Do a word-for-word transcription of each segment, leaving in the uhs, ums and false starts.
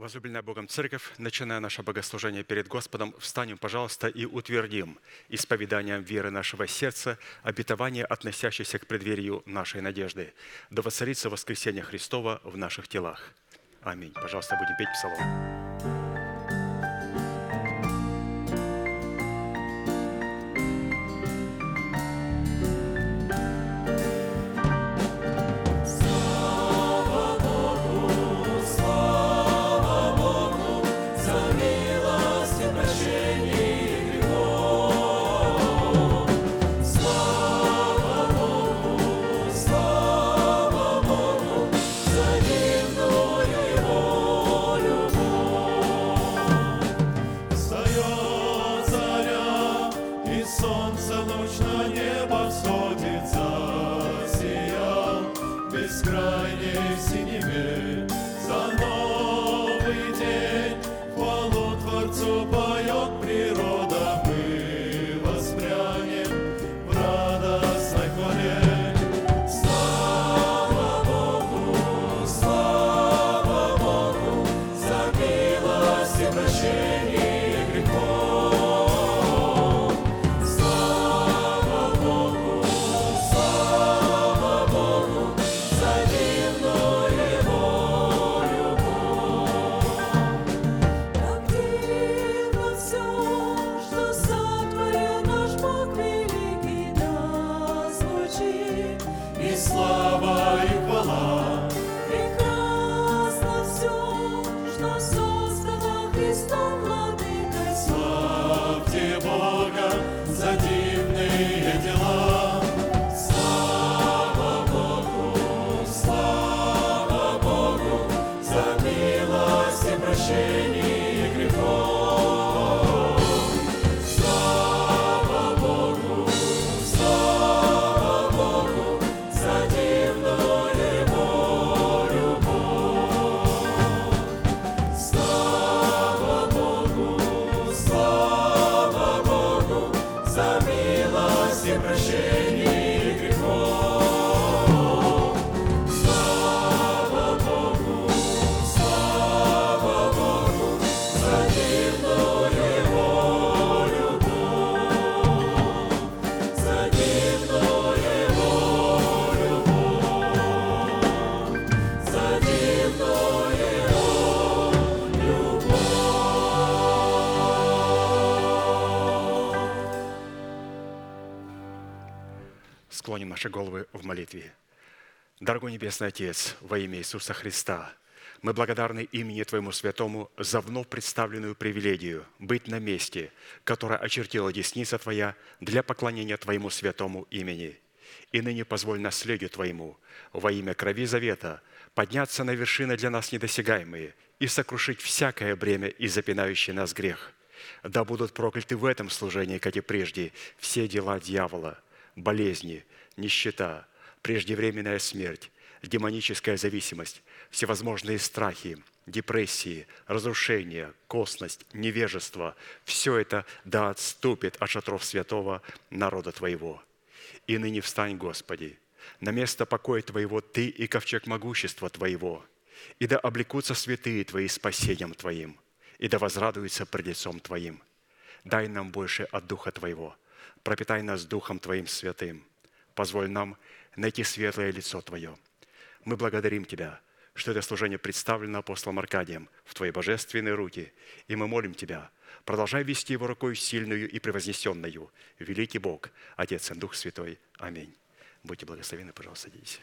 Возлюбленная Богом Церковь, начиная наше богослужение перед Господом, встанем, пожалуйста, и утвердим исповеданием веры нашего сердца обетование, относящееся к преддверию нашей надежды. Да воцарится воскресение Христова в наших телах. Аминь. Пожалуйста, будем петь псалом. Склоним наши головы в молитве. Дорогой Небесный Отец, во имя Иисуса Христа, мы благодарны имени Твоему Святому за вновь представленную привилегию быть на месте, которое очертила десница Твоя для поклонения Твоему святому имени. И ныне позволь наследию Твоему во имя крови завета подняться на вершины для нас недосягаемые и сокрушить всякое бремя и запинающий нас грех. Да будут прокляты в этом служении, как и прежде, все дела дьявола, болезни, нищета, преждевременная смерть, демоническая зависимость, всевозможные страхи, депрессии, разрушения, косность, невежество – все это да отступит от шатров святого народа Твоего. И ныне встань, Господи, на место покоя Твоего Ты и ковчег могущества Твоего, и да облекутся святые Твои спасением Твоим, и да возрадуются пред лицом Твоим. Дай нам больше от Духа Твоего, пропитай нас Духом Твоим святым. Позволь нам найти светлое лицо Твое. Мы благодарим Тебя, что это служение представлено апостолом Аркадием в Твои божественные руки, и мы молим Тебя, продолжай вести его рукой сильную и превознесенную. Великий Бог, Отец и Дух Святой. Аминь. Будьте благословенны, пожалуйста, садитесь.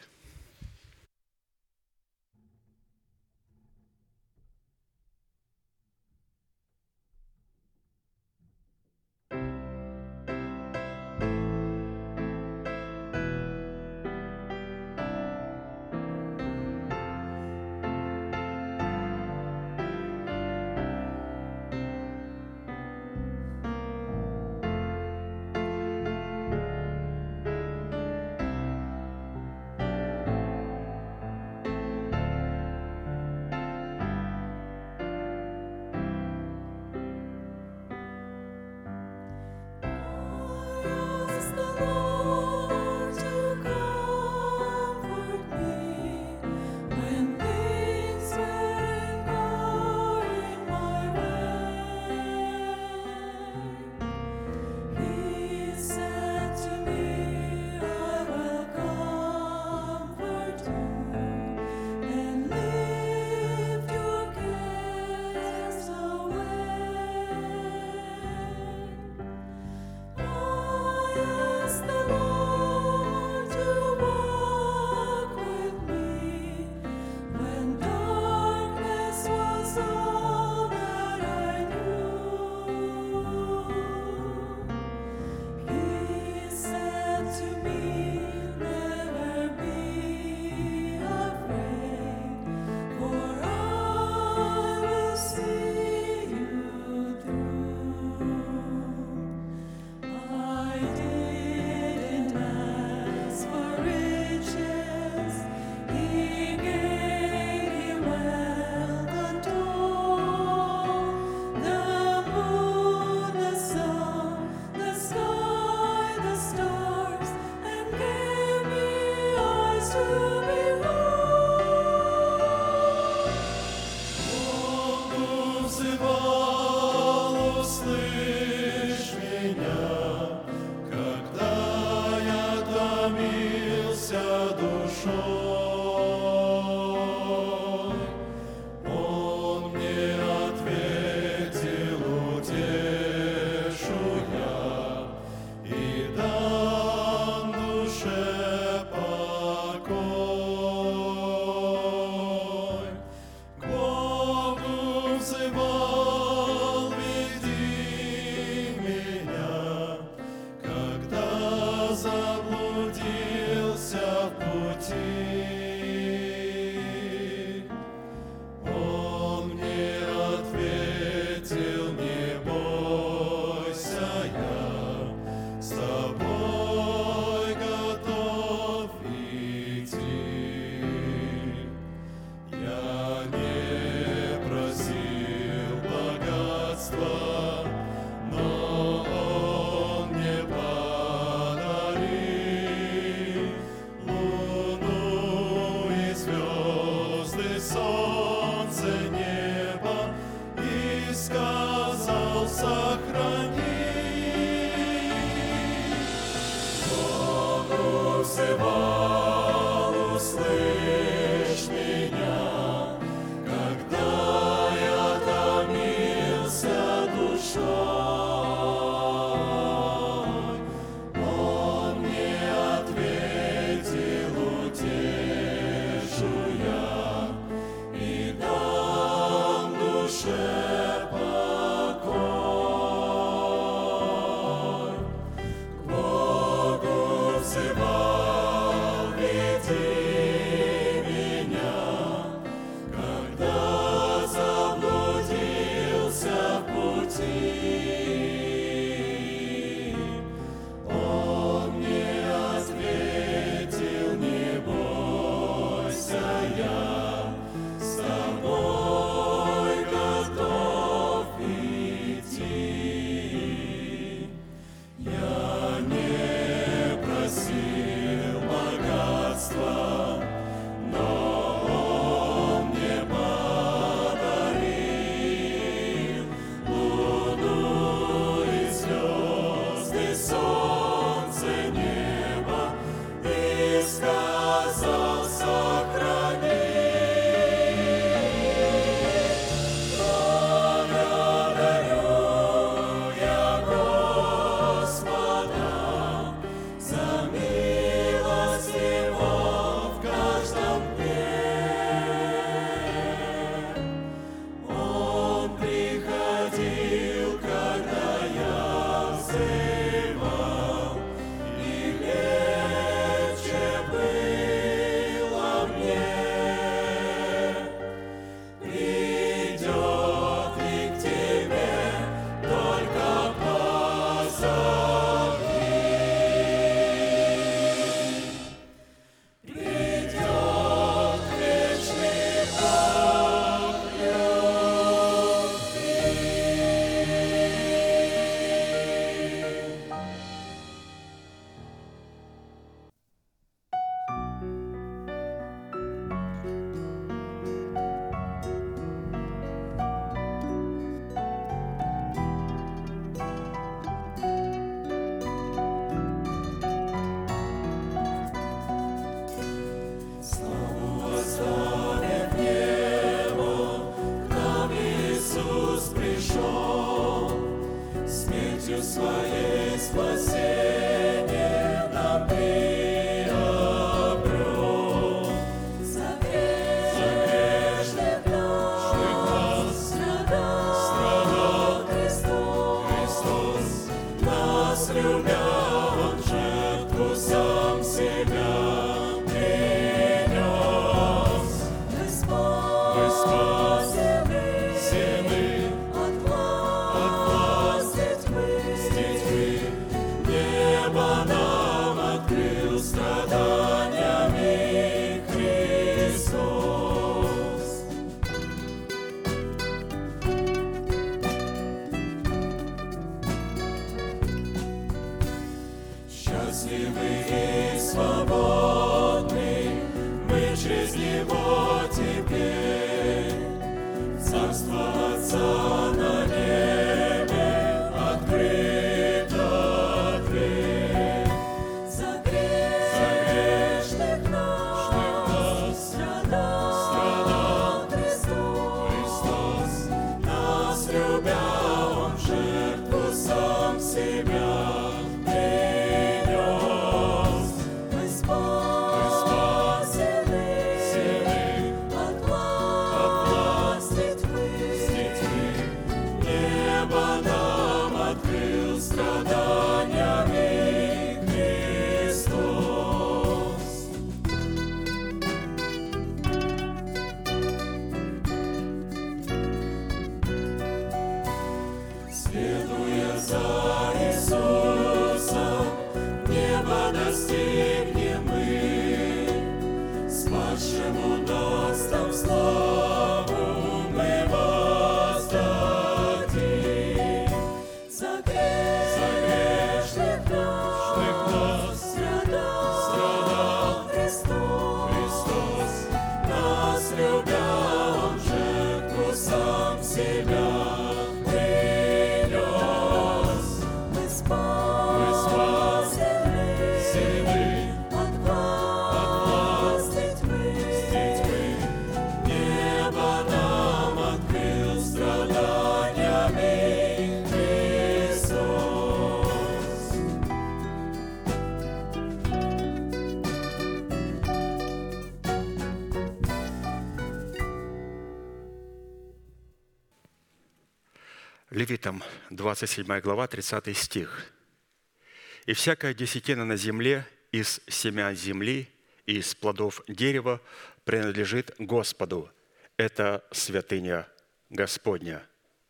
Левитам, двадцать седьмая глава, тридцатый стих. «И всякая десятина на земле из семян земли и из плодов дерева принадлежит Господу. Это святыня Господня».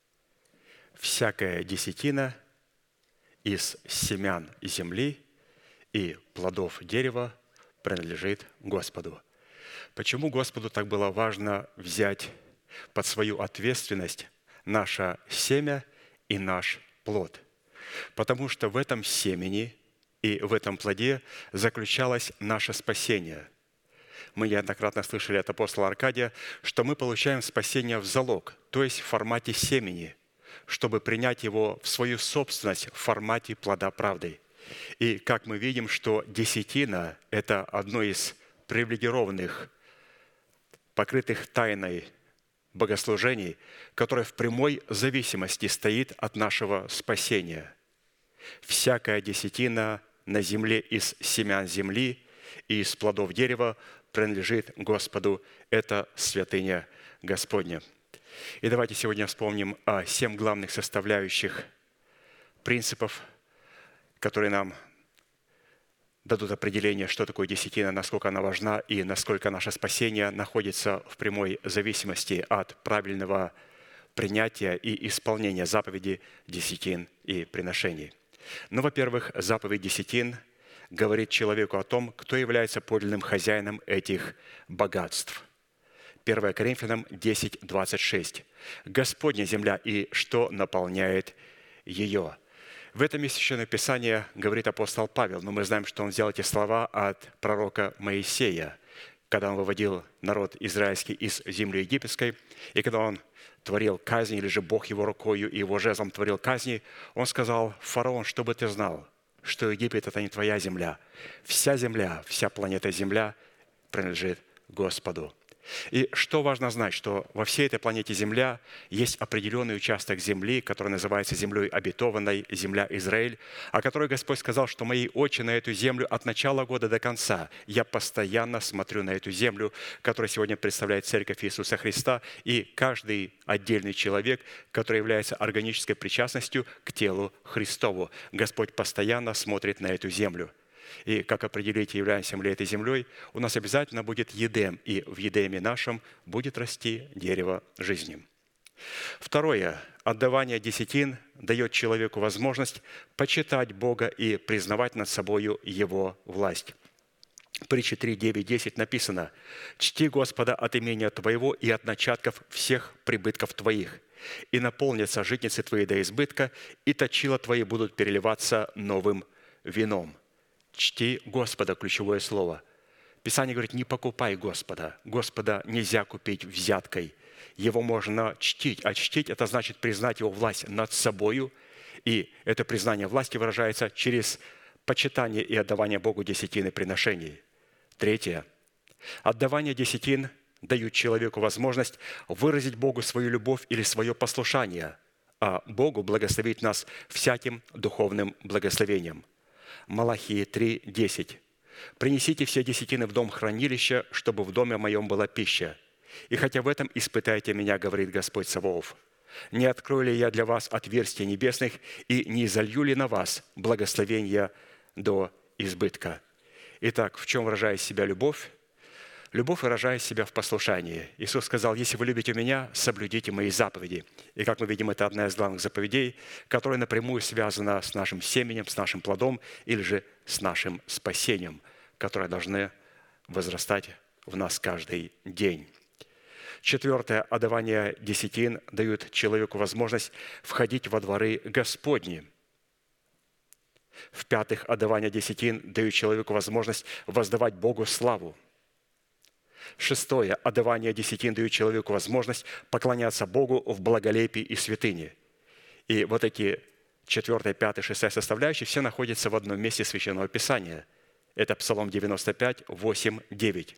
Всякая десятина из семян земли и плодов дерева принадлежит Господу. Почему Господу так было важно взять под свою ответственность наше семя и наш плод? Потому что в этом семени и в этом плоде заключалось наше спасение. Мы неоднократно слышали от апостола Аркадия, что мы получаем спасение в залог, то есть в формате семени, чтобы принять его в свою собственность в формате плода правды. И как мы видим, что десятина – это одно из привилегированных, покрытых тайной богослужений, которое в прямой зависимости стоит от нашего спасения. Всякая десятина на земле из семян земли и из плодов дерева принадлежит Господу. Это святыня Господня. И давайте сегодня вспомним о семь главных составляющих принципов, которые нам дадут определение, что такое десятина, насколько она важна и насколько наше спасение находится в прямой зависимости от правильного принятия и исполнения заповеди десятин и приношений. Ну, во-первых, заповедь десятин говорит человеку о том, кто является подлинным хозяином этих богатств. первое Коринфянам десять, двадцать шесть. «Господня земля, и что наполняет ее». В этом месте Священное Писание говорит апостол Павел, но мы знаем, что он взял эти слова от пророка Моисея, когда он выводил народ израильский из земли египетской, и когда он творил казни, или же Бог его рукою и его жезлом творил казни, он сказал: «Фараон, чтобы ты знал, что Египет – это не твоя земля. Вся земля, вся планета Земля принадлежит Господу». И что важно знать, что во всей этой планете Земля есть определенный участок земли, который называется землей обетованной, земля Израиль, о которой Господь сказал, что мои очи на эту землю от начала года до конца. Я постоянно смотрю на эту землю, которая сегодня представляет Церковь Иисуса Христа, и каждый отдельный человек, который является органической причастностью к телу Христову. Господь постоянно смотрит на эту землю. И как определить, являемся ли этой землей, у нас обязательно будет Едем, и в Едеме нашем будет расти дерево жизни. Второе. Отдавание десятин дает человеку возможность почитать Бога и признавать над собою Его власть. Притча три, девять, десять написано: «Чти Господа от имения Твоего и от начатков всех прибытков Твоих, и наполнятся житницы Твои до избытка, и точила Твои будут переливаться новым вином». Чти Господа – ключевое слово. Писание говорит: не покупай Господа. Господа нельзя купить взяткой. Его можно чтить. А чтить – это значит признать Его власть над собою. И это признание власти выражается через почитание и отдавание Богу десятин и приношений. Третье. Отдавание десятин дают человеку возможность выразить Богу свою любовь или свое послушание, а Богу благословить нас всяким духовным благословением. Малахии три, десять. «Принесите все десятины в дом хранилища, чтобы в доме моем была пища. И хотя в этом испытайте меня, говорит Господь Саваоф, не открою ли я для вас отверстий небесных и не изолью ли на вас благословения до избытка». Итак, в чем выражает себя любовь? Любовь выражает себя в послушании. Иисус сказал: «Если вы любите Меня, соблюдите Мои заповеди». И, как мы видим, это одна из главных заповедей, которая напрямую связана с нашим семенем, с нашим плодом или же с нашим спасением, которое должны возрастать в нас каждый день. Четвертое. Отдавание десятин дает человеку возможность входить во дворы Господни. В-пятых, отдавание десятин дает человеку возможность воздавать Богу славу. Шестое. Отдавание десятин дает человеку возможность поклоняться Богу в благолепии и святыне. И вот эти четвертая, пятая, шестая составляющие все находятся в одном месте Священного Писания. Это Псалом девяносто пять, восемь, девять.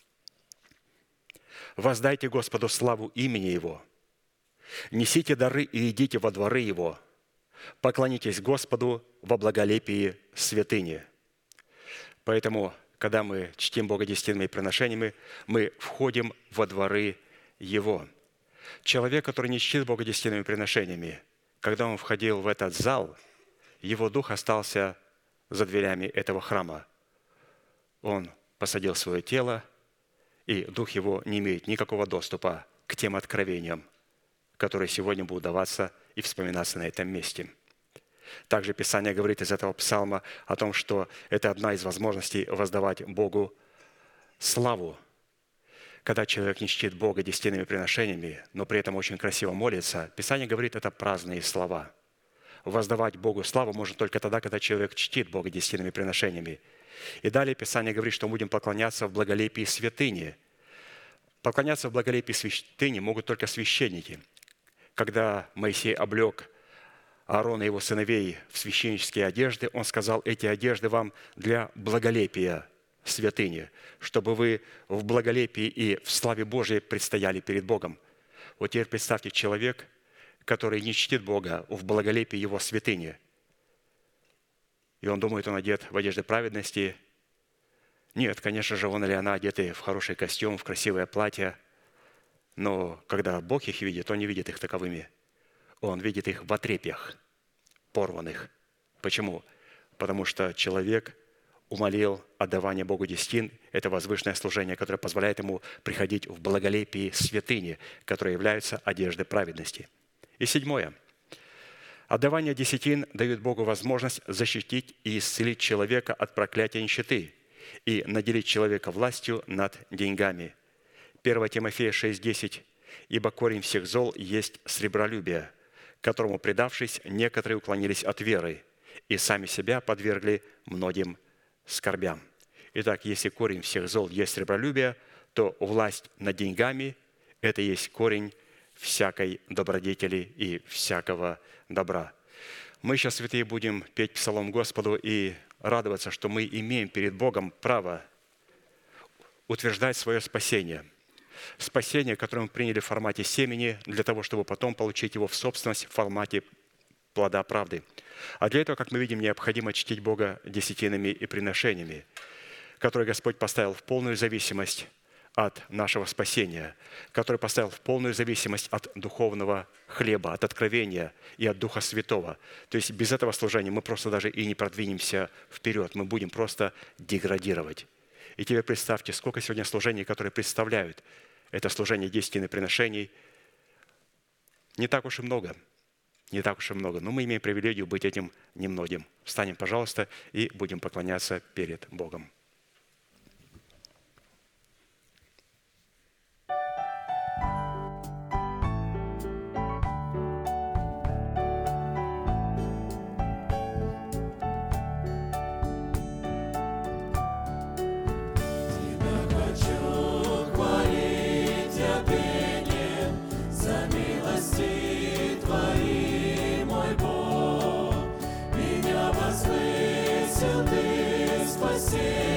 «Воздайте Господу славу имени Его, несите дары и идите во дворы Его, поклонитесь Господу во благолепии святыни». Поэтому, когда мы чтим Бога десятинными приношениями, мы входим во дворы Его. Человек, который не чтит Бога десятинными приношениями, когда он входил в этот зал, его дух остался за дверями этого храма. Он посадил свое тело, и дух его не имеет никакого доступа к тем откровениям, которые сегодня будут даваться и вспоминаться на этом месте. Также Писание говорит из этого псалма о том, что это одна из возможностей воздавать Богу славу. Когда человек не чтит Бога десятинными приношениями, но при этом очень красиво молится, Писание говорит, это праздные слова. Воздавать Богу славу можно только тогда, когда человек чтит Бога десятинными приношениями. И далее Писание говорит, что мы будем поклоняться в благолепии святыни. Поклоняться в благолепии святыни могут только священники. Когда Моисей облег Аарона и его сыновей в священнические одежды, он сказал, эти одежды вам для благолепия святыни, чтобы вы в благолепии и в славе Божией предстояли перед Богом. Вот теперь представьте, человек, который не чтит Бога в благолепии Его святыни, и он думает, он одет в одежды праведности. Нет, конечно же, он или она одеты в хороший костюм, в красивое платье, но когда Бог их видит, Он не видит их таковыми. Он видит их в отрепьях, порванных. Почему? Потому что человек умолил отдавание Богу десятин. Это возвышенное служение, которое позволяет ему приходить в благолепии святыни, которые являются одеждой праведности. И седьмое. Отдавание десятин дает Богу возможность защитить и исцелить человека от проклятия нищеты и наделить человека властью над деньгами. первое Тимофея шесть десять. «Ибо корень всех зол есть сребролюбие, которому, предавшись, некоторые уклонились от веры и сами себя подвергли многим скорбям». Итак, если корень всех зол есть сребролюбие, то власть над деньгами – это есть корень всякой добродетели и всякого добра. Мы сейчас, святые, будем петь псалом Господу и радоваться, что мы имеем перед Богом право утверждать свое спасение. Спасение, которое мы приняли в формате семени, для того, чтобы потом получить его в собственность в формате плода правды. А для этого, как мы видим, необходимо чтить Бога десятинами и приношениями, которые Господь поставил в полную зависимость от нашего спасения, который поставил в полную зависимость от духовного хлеба, от откровения и от Духа Святого. То есть без этого служения мы просто даже и не продвинемся вперед, мы будем просто деградировать. И теперь представьте, сколько сегодня служений, которые представляют это служение десятины приношений. Не так уж и много, не так уж и много, но мы имеем привилегию быть этим немногим. Встанем, пожалуйста, и будем поклоняться перед Богом. Ты спаси.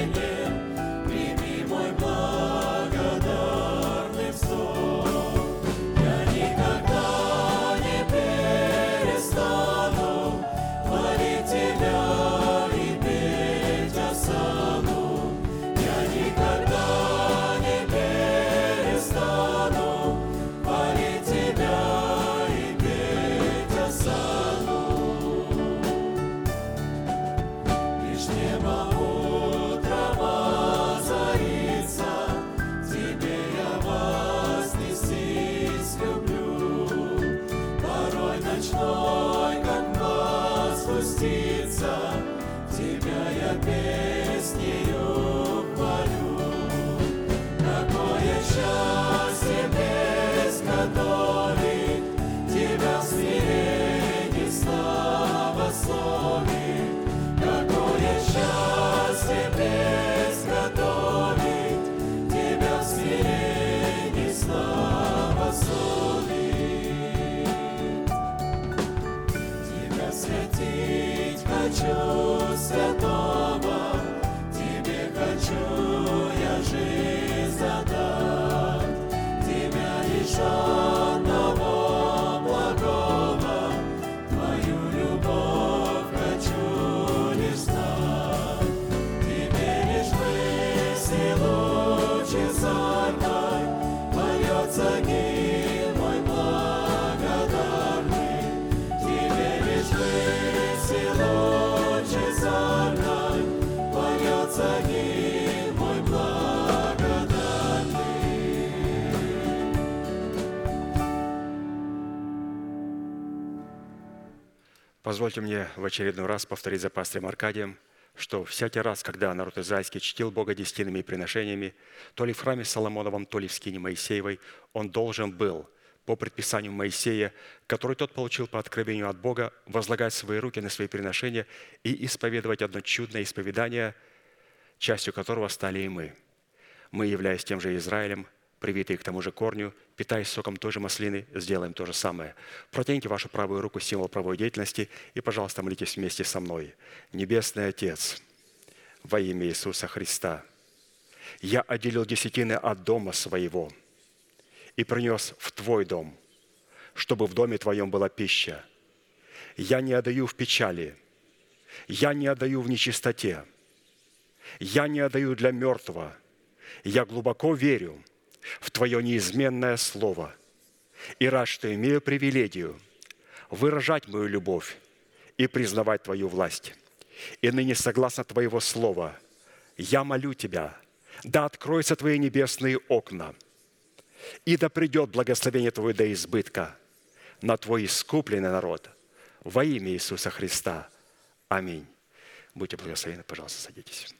Позвольте мне в очередной раз повторить за пастырем Аркадием, что всякий раз, когда народ израильский чтил Бога десятинными приношениями, то ли в храме Соломоновом, то ли в скине Моисеевой, он должен был, по предписанию Моисея, который тот получил по откровению от Бога, возлагать свои руки на свои приношения и исповедовать одно чудное исповедание, частью которого стали и мы. Мы, являясь тем же Израилем, привитые к тому же корню, питаясь соком той же маслины, сделаем то же самое. Протяните вашу правую руку, символ правовой деятельности, и, пожалуйста, молитесь вместе со мной. Небесный Отец, во имя Иисуса Христа, я отделил десятины от дома своего и принес в Твой дом, чтобы в доме Твоем была пища. Я не отдаю в печали, я не отдаю в нечистоте, я не отдаю для мертвого. Я глубоко верю в Твое неизменное Слово и рад, что имею привилегию выражать мою любовь и признавать Твою власть. И ныне, согласно Твоего Слова, я молю Тебя, да откроются Твои небесные окна, и да придет благословение Твое до избытка на Твой искупленный народ во имя Иисуса Христа. Аминь. Будьте благословенны, пожалуйста, садитесь.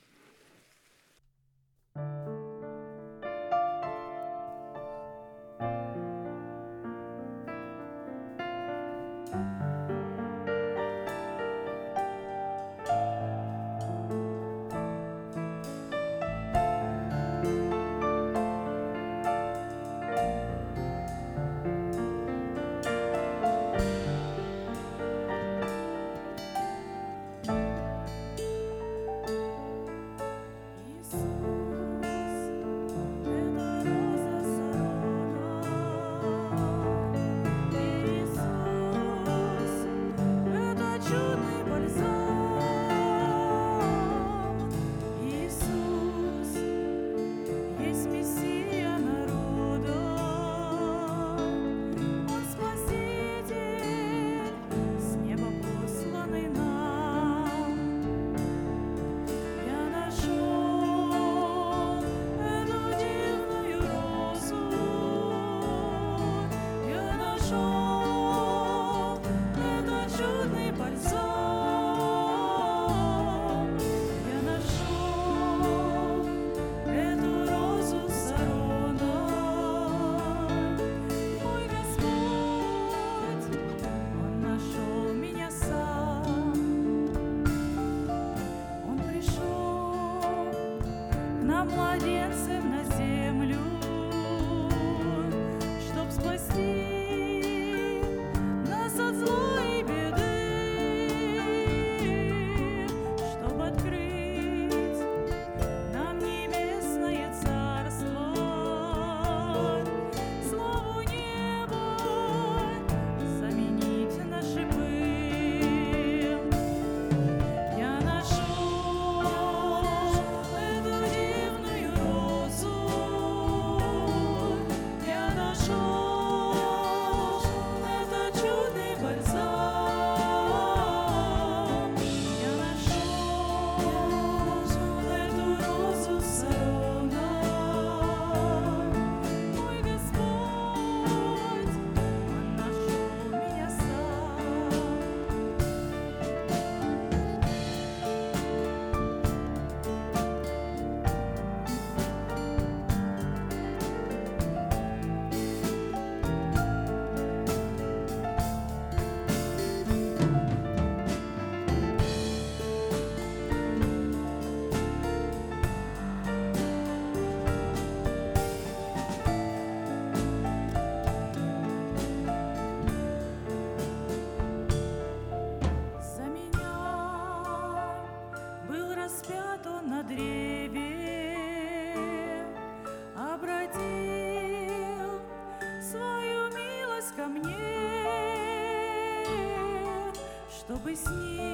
Чтобы с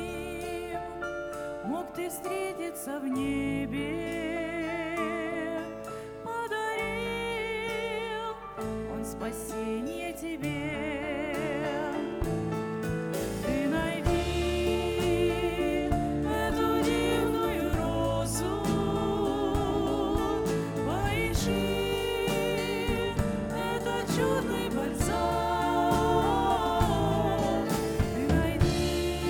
ним мог ты встретиться в небе, подарил он спасение тебе. Ты найди эту дивную розу, поищи этот чудный бальзам. Ты найди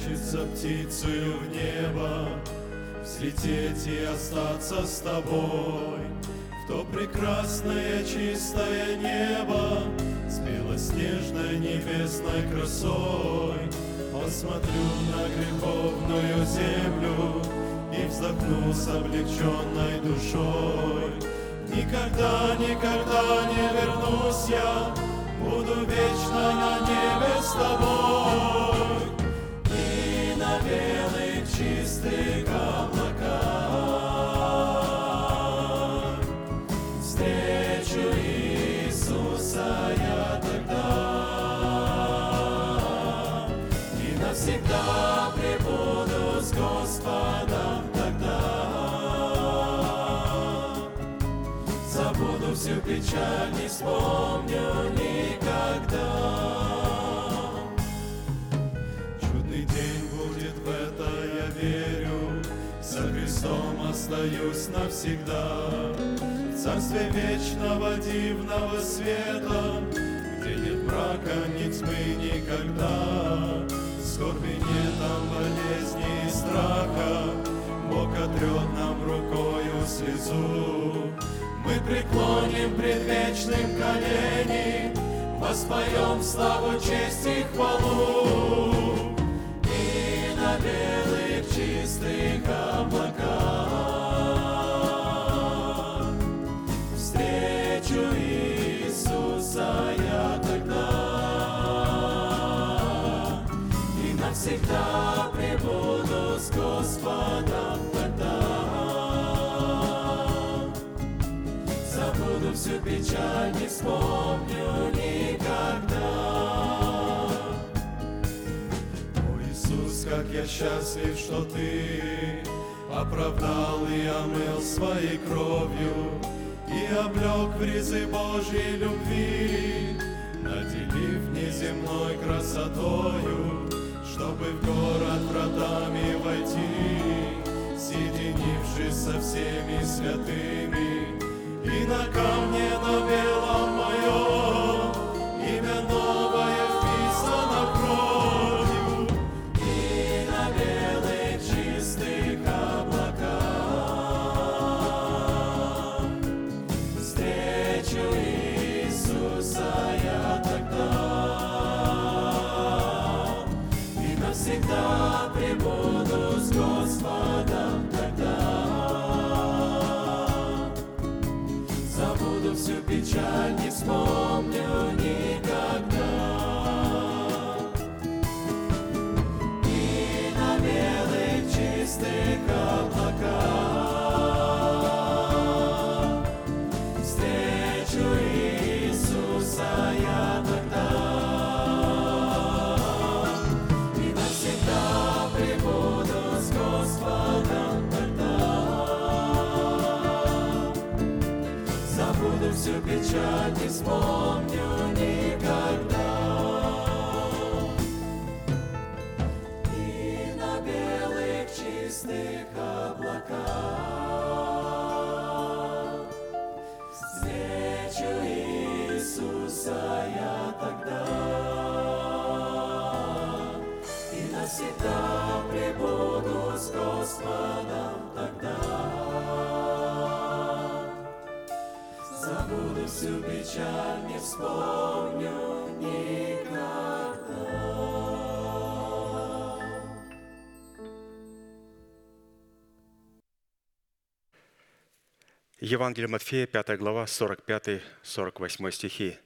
хочется птицею в небо взлететь и остаться с тобой в то прекрасное чистое небо с белоснежной небесной красой. Посмотрю на греховную землю и вздохну с облегченной душой. Никогда, никогда не вернусь я, буду вечно на небе с тобой. И на белых чистых облаках встречу Иисуса я тогда, и навсегда пребуду с Господом тогда. Забуду всю печаль, не вспомню никогда. Чудный день будет, в это я верю, со Христом остаюсь навсегда. В царстве вечного дивного света, где нет мрака, ни тьмы никогда. Скорби нет там, болезни и страха, Бог отрет нам рукою слезу. Мы преклоним пред вечным колени, воспоем славу, честь и хвалу. И на белых чистых облаках встречу Иисуса я тогда, и навсегда пребуду с Господом тогда. Забуду всю печаль, не вспомню никогда. О, Иисус, как я счастлив, что Ты оправдал и омыл своей кровью и облек в ризы Божьей любви, наделив неземной красотою, чтобы в город вратами войти, соединившись со всеми святыми. И на камне на белом моем имя новое вписано кровью. И на белых чистых облаках встречу Иисуса я тогда, и навсегда пребуду с Господом тогда. Забуду всю печаль, не вспомню никогда. И на белых чистых облаках встречу Иисуса я тогда, и навсегда пребуду с Господом тогда. Забуду всю печаль, не вспомню никогда. И на белых чистых облаках встречу Иисуса я тогда, и навсегда пребуду с Господом тогда. Забуду всю печаль, не вспомню никогда. Евангелие Матфея, пятая глава, сорок пятый сорок восьмой стихи.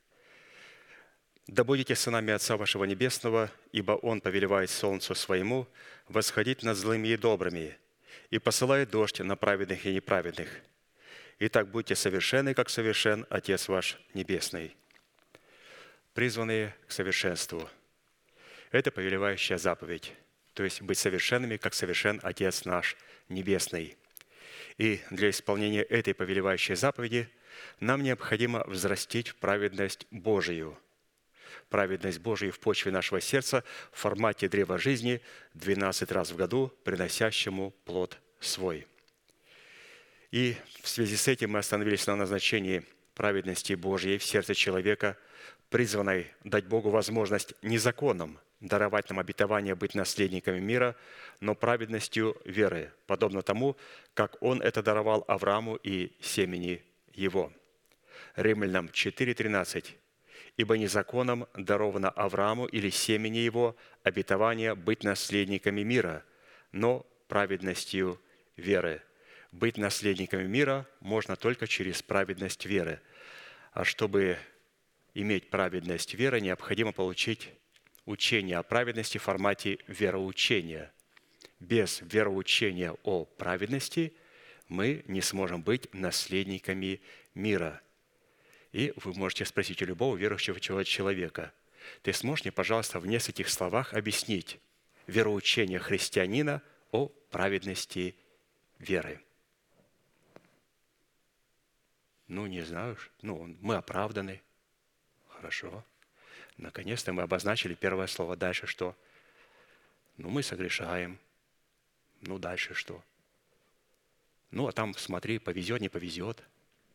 «Да будете сынами Отца вашего Небесного, ибо Он повелевает солнцу своему восходить над злыми и добрыми, и посылает дождь на праведных и неправедных. Итак, будьте совершенны, как совершен Отец ваш Небесный». Призванные к совершенству. Это повелевающая заповедь, то есть быть совершенными, как совершен Отец наш Небесный. И для исполнения этой повелевающей заповеди нам необходимо взрастить в праведность Божию. Праведность Божию в почве нашего сердца в формате древа жизни двенадцать раз в году, приносящему плод свой. И в связи с этим мы остановились на назначении праведности Божьей в сердце человека, призванной дать Богу возможность не законом, даровать нам обетование быть наследниками мира, но праведностью веры, подобно тому, как Он это даровал Аврааму и семени его». Римлянам четыре тринадцать. «Ибо не законом даровано Аврааму или семени его обетование быть наследниками мира, но праведностью веры». Быть наследниками мира можно только через праведность веры. А чтобы иметь праведность веры, необходимо получить учение о праведности в формате вероучения. Без вероучения о праведности мы не сможем быть наследниками мира. И вы можете спросить у любого верующего человека: ты сможешь мне, пожалуйста, в нескольких словах объяснить вероучение христианина о праведности веры? Ну, не знаю, ну, мы оправданы. Хорошо. Наконец-то мы обозначили первое слово. Дальше что? Ну, мы согрешаем. Ну, дальше что? Ну, а там, смотри, повезет, не повезет.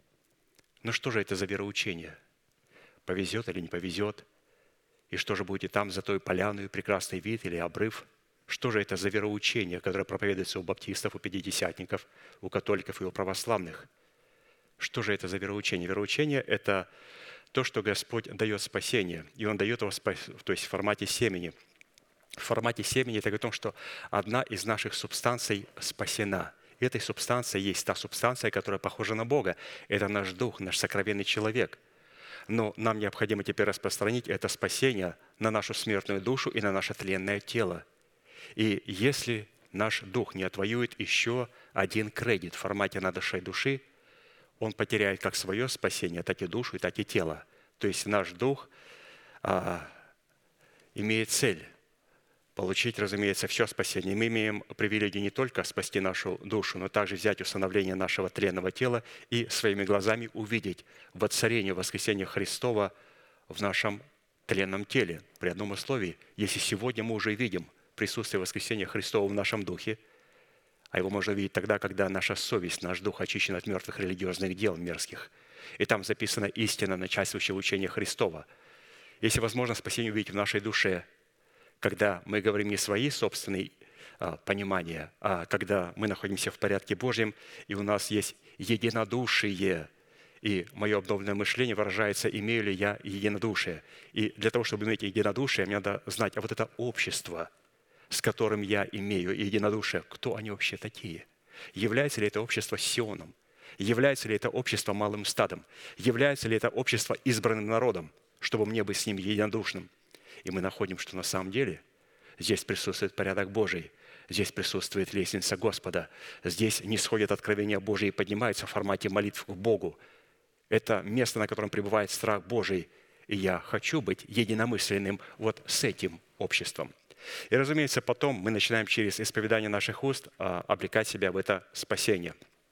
Ну, что же это за вероучение? Повезет или не повезет? И что же будет там за той поляной, прекрасный вид или обрыв? Что же это за вероучение, которое проповедуется у баптистов, у пятидесятников, у католиков и у православных? Что же это за вероучение? Вероучение – это то, что Господь дает спасение, и Он дает его то есть в формате семени. В формате семени это говорит о том, что одна из наших субстанций спасена. И этой субстанцией есть та субстанция, которая похожа на Бога. Это наш дух, наш сокровенный человек. Но нам необходимо теперь распространить это спасение на нашу смертную душу и на наше тленное тело. И если наш дух не отвоюет еще один кредит в формате нашей души, он потеряет как свое спасение, так и душу, и так и тело. То есть наш дух а, имеет цель получить, разумеется, все спасение. Мы имеем привилегию не только спасти нашу душу, но также взять усыновление нашего тленного тела и своими глазами увидеть воцарение воскресения Христова в нашем тленном теле. При одном условии: если сегодня мы уже видим присутствие воскресения Христова в нашем духе, а его можно видеть тогда, когда наша совесть, наш дух очищен от мертвых религиозных дел мерзких. И там записана истина, начальствующая учение Христова. Если возможно спасение увидеть в нашей душе, когда мы говорим не свои собственные а, понимания, а когда мы находимся в порядке Божьем, и у нас есть единодушие, и мое обновленное мышление выражается, имею ли я единодушие. И для того, чтобы иметь единодушие, мне надо знать, а вот это общество, с которым я имею единодушие, кто они вообще такие? Является ли это общество Сионом? Является ли это общество малым стадом? Является ли это общество избранным народом, чтобы мне быть с ним единодушным? И мы находим, что на самом деле здесь присутствует порядок Божий, здесь присутствует лестница Господа, здесь не сходят откровения Божьи и поднимаются в формате молитв к Богу. Это место, на котором пребывает страх Божий, и я хочу быть единомысленным вот с этим обществом. И, разумеется, потом мы начинаем через исповедание наших уст а, облекать себя в это спасение.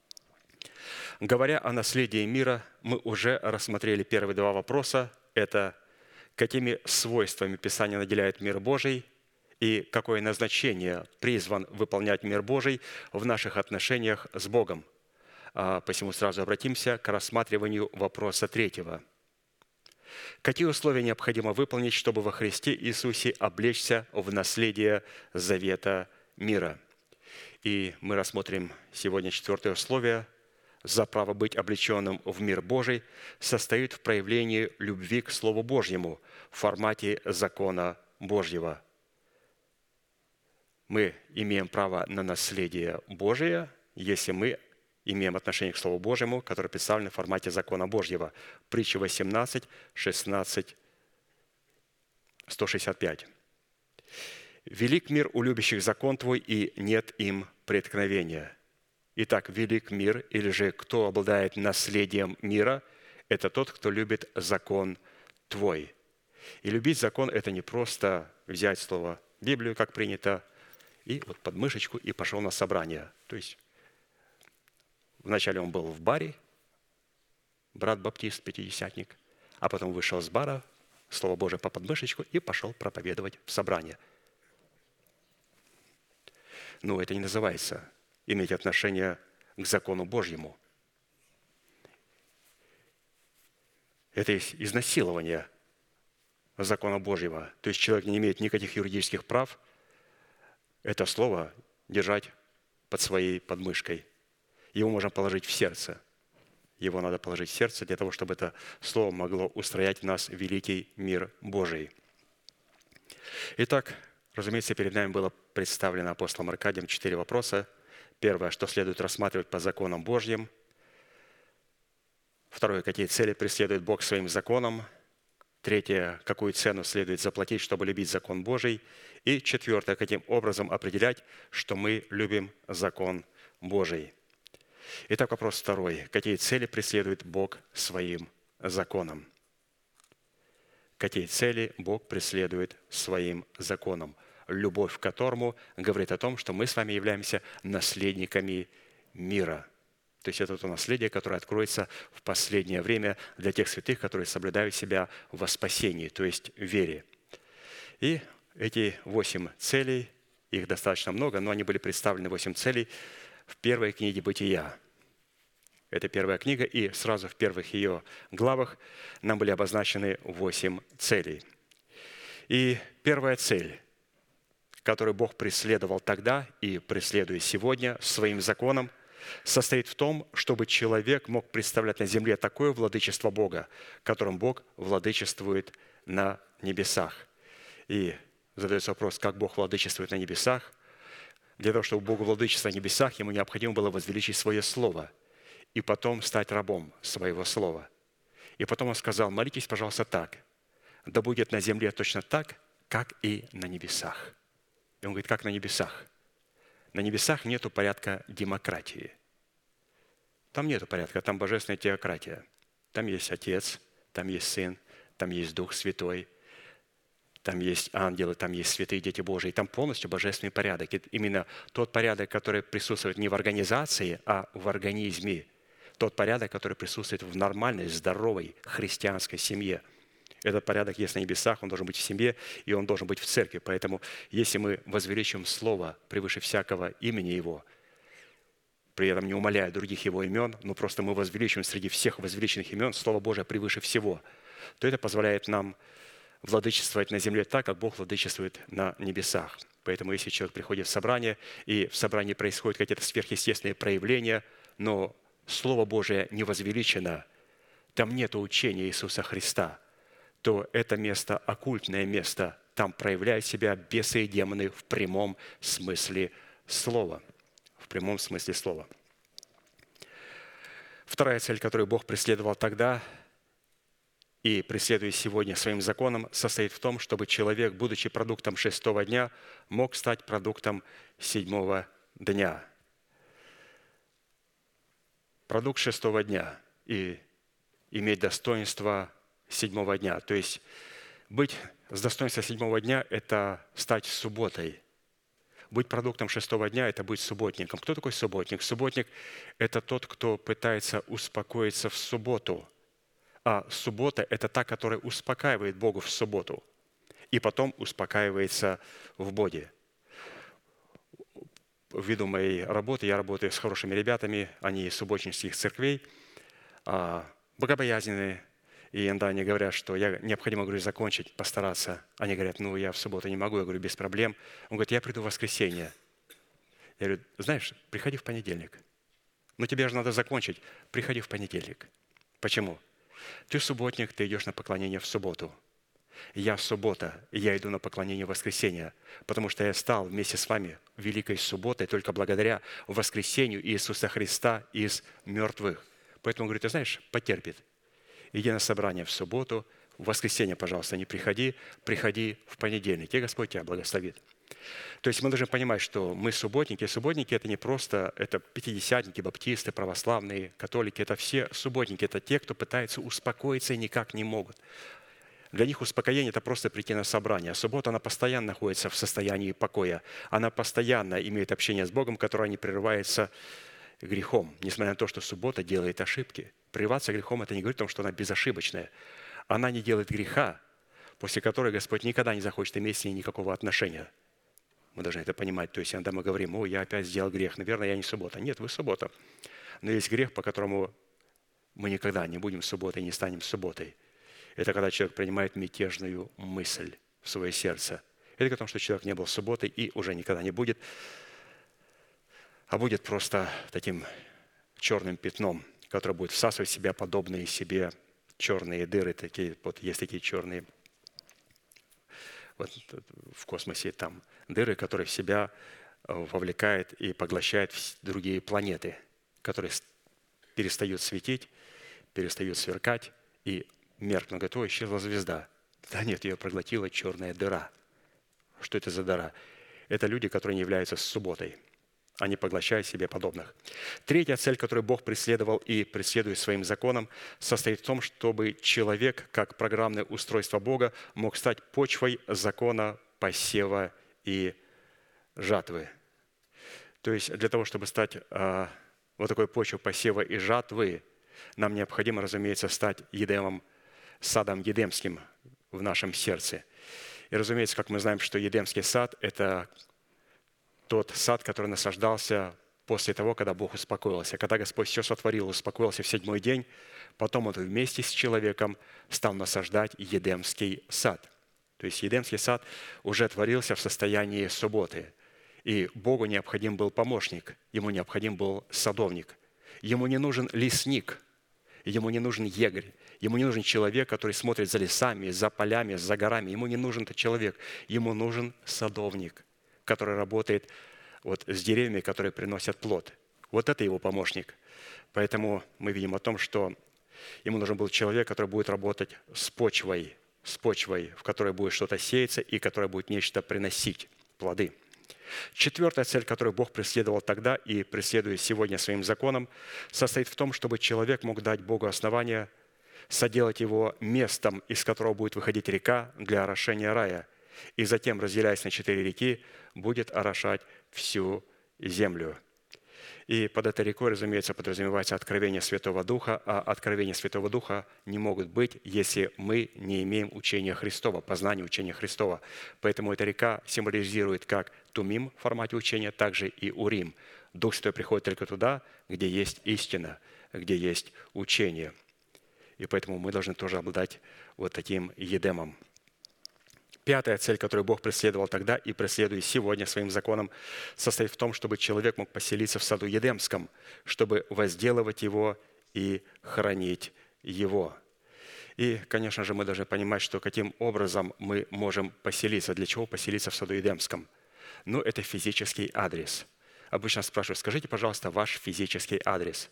Говоря о наследии мира, мы уже рассмотрели первые два вопроса. Это какими свойствами Писание наделяет мир Божий и какое назначение призван выполнять мир Божий в наших отношениях с Богом. А, посему сразу обратимся к рассматриванию вопроса третьего. Какие условия необходимо выполнить, чтобы во Христе Иисусе облечься в наследие завета мира? И мы рассмотрим сегодня четвертое условие. За право быть облеченным в мир Божий состоит в проявлении любви к Слову Божьему в формате закона Божьего. Мы имеем право на наследие Божие, если мы имеем отношение к Слову Божьему, которое представлено в формате закона Божьего. Притча восемнадцать, шестнадцать, сто шестьдесят пять. «Велик мир у любящих закон Твой, и нет им преткновения». Итак, велик мир, или же кто обладает наследием мира, это тот, кто любит закон Твой. И любить закон – это не просто взять слово Библию, как принято, и вот под мышечку, и пошел на собрание. То есть вначале он был в баре, брат-баптист, пятидесятник, а потом вышел с бара, Слово Божие по подмышечку, и пошел проповедовать в собрание. Ну, это не называется иметь отношение к закону Божьему. Это есть изнасилование закона Божьего. То есть человек не имеет никаких юридических прав это слово держать под своей подмышкой. Его можно положить в сердце. Его надо положить в сердце для того, чтобы это слово могло устроять в нас великий мир Божий. Итак, разумеется, перед нами было представлено апостолом Аркадием четыре вопроса. Первое, что следует рассматривать по законам Божьим. Второе, какие цели преследует Бог своим законом. Третье, какую цену следует заплатить, чтобы любить закон Божий. И четвертое, каким образом определять, что мы любим закон Божий. Итак, вопрос второй. Какие цели преследует Бог своим законом? Какие цели Бог преследует своим законом? Любовь к которому говорит о том, что мы с вами являемся наследниками мира. То есть это то наследие, которое откроется в последнее время для тех святых, которые соблюдают себя во спасении, то есть в вере. И эти восемь целей, их достаточно много, но они были представлены, восемь целей, в первой книге «Бытия». Это первая книга, и сразу в первых ее главах нам были обозначены восемь целей. И первая цель, которую Бог преследовал тогда и преследует сегодня своим законом, состоит в том, чтобы человек мог представлять на земле такое владычество Бога, которым Бог владычествует на небесах. И задается вопрос, как Бог владычествует на небесах. Для того, чтобы Богу владычествовать на небесах, Ему необходимо было возвеличить свое Слово и потом стать рабом своего Слова. И потом Он сказал: молитесь, пожалуйста, так: да будет на земле точно так, как и на небесах. И Он говорит, как на небесах? На небесах нету порядка демократии. Там нету порядка, там божественная теократия. Там есть Отец, там есть Сын, там есть Дух Святой, там есть ангелы, там есть святые дети Божии. Там полностью божественный порядок. И именно тот порядок, который присутствует не в организации, а в организме. Тот порядок, который присутствует в нормальной, здоровой христианской семье. Этот порядок есть на небесах, он должен быть в семье, и он должен быть в церкви. Поэтому, если мы возвеличим Слово превыше всякого имени Его, при этом не умаляя других Его имен, но просто мы возвеличим среди всех возвеличенных имен Слово Божие превыше всего, то это позволяет нам владычествовать на земле так, как Бог владычествует на небесах. Поэтому, если человек приходит в собрание, и в собрании происходят какие-то сверхъестественные проявления, но Слово Божие не возвеличено, там нет учения Иисуса Христа, то это место оккультное место. Там проявляют себя бесы и демоны в прямом смысле слова. В прямом смысле слова. Вторая цель, которую Бог преследовал тогда и преследует сегодня своим законом, состоит в том, чтобы человек, будучи продуктом шестого дня, мог стать продуктом седьмого дня. Продукт шестого дня и иметь достоинство седьмого дня. То есть быть с достоинством седьмого дня – это стать субботой. Быть продуктом шестого дня – это быть субботником. Кто такой субботник? Субботник – это тот, кто пытается успокоиться в субботу. А суббота – это та, которая успокаивает Богу в субботу и потом успокаивается в Боге. Ввиду моей работы, я работаю с хорошими ребятами, они из субботнических церквей, богобоязненные. И иногда они говорят, что я необходимо, говорю, закончить, постараться. Они говорят, ну, я в субботу не могу. Я говорю, без проблем. Он говорит, я приду в воскресенье. Я говорю, знаешь, приходи в понедельник. Но тебе же надо закончить. Приходи в понедельник. Почему? Ты субботник, ты идешь на поклонение в субботу. Я суббота, и я иду на поклонение в воскресенье, потому что я стал вместе с вами великой субботой только благодаря воскресению Иисуса Христа из мертвых. Поэтому, говорит, ты знаешь, потерпит. Иди на собрание в субботу, в воскресенье, пожалуйста, не приходи, приходи в понедельник, и Господь тебя благословит. То есть мы должны понимать, что мы субботники. Субботники – это не просто это пятидесятники, баптисты, православные, католики. Это все субботники, это те, кто пытается успокоиться и никак не могут. Для них успокоение – это просто прийти на собрание. А суббота, она постоянно находится в состоянии покоя. Она постоянно имеет общение с Богом, которое не прерывается грехом, несмотря на то, что суббота делает ошибки. Прерываться грехом – это не говорит о том, что она безошибочная. Она не делает греха, после которой Господь никогда не захочет иметь с ней никакого отношения. Мы должны это понимать. То есть иногда мы говорим, о, я опять сделал грех, наверное, я не суббота. Нет, вы суббота. Но есть грех, по которому мы никогда не будем субботой, не станем субботой. Это когда человек принимает мятежную мысль в свое сердце. Это о том, что человек не был субботой и уже никогда не будет, а будет просто таким черным пятном, которое будет всасывать в себя подобные себе черные дыры. Такие, вот есть такие черные вот в космосе там дыры, которые в себя вовлекает и поглощает другие планеты, которые перестают светить, перестают сверкать, и меркнут, говорит: о, исчезла звезда. Да нет, ее проглотила черная дыра. Что это за дыра? Это люди, которые не являются субботой. Они поглощают себе подобных. Третья цель, которую Бог преследовал и преследует своим законом, состоит в том, чтобы человек, как программное устройство Бога, мог стать почвой закона посева и жатвы. То есть для того, чтобы стать а, вот такой почвой посева и жатвы, нам необходимо, разумеется, стать Едемом, садом Едемским в нашем сердце. И, разумеется, как мы знаем, что Едемский сад – это тот сад, который насаждался после того, когда Бог успокоился. Когда Господь все сотворил, успокоился в седьмой день, потом Он вместе с человеком стал насаждать Едемский сад. То есть Едемский сад уже творился в состоянии субботы. И Богу необходим был помощник, Ему необходим был садовник. Ему не нужен лесник, Ему не нужен егерь, Ему не нужен человек, который смотрит за лесами, за полями, за горами. Ему не нужен этот человек, Ему нужен садовник, который работает вот с деревьями, которые приносят плод. Вот это Его помощник. Поэтому мы видим о том, что Ему нужен был человек, который будет работать с почвой, с почвой, в которой будет что-то сеяться и которая будет нечто приносить, плоды. Четвертая цель, которую Бог преследовал тогда и преследует сегодня своим законом, состоит в том, чтобы человек мог дать Богу основание соделать его местом, из которого будет выходить река для орошения рая, и затем, разделяясь на четыре реки, будет орошать всю землю. И под этой рекой, разумеется, подразумевается откровение Святого Духа, а откровения Святого Духа не могут быть, если мы не имеем учения Христова, познания учения Христова. Поэтому эта река символизирует как Тумим в формате учения, также и Урим. Дух Святой приходит только туда, где есть истина, где есть учение. И поэтому мы должны тоже обладать вот таким едемом. Пятая цель, которую Бог преследовал тогда и преследует сегодня своим законом, состоит в том, чтобы человек мог поселиться в саду Едемском, чтобы возделывать его и хранить его. И, конечно же, мы должны понимать, что каким образом мы можем поселиться. Для чего поселиться в саду Едемском? Ну, это физический адрес. Обычно спрашивают: скажите, пожалуйста, ваш физический адрес.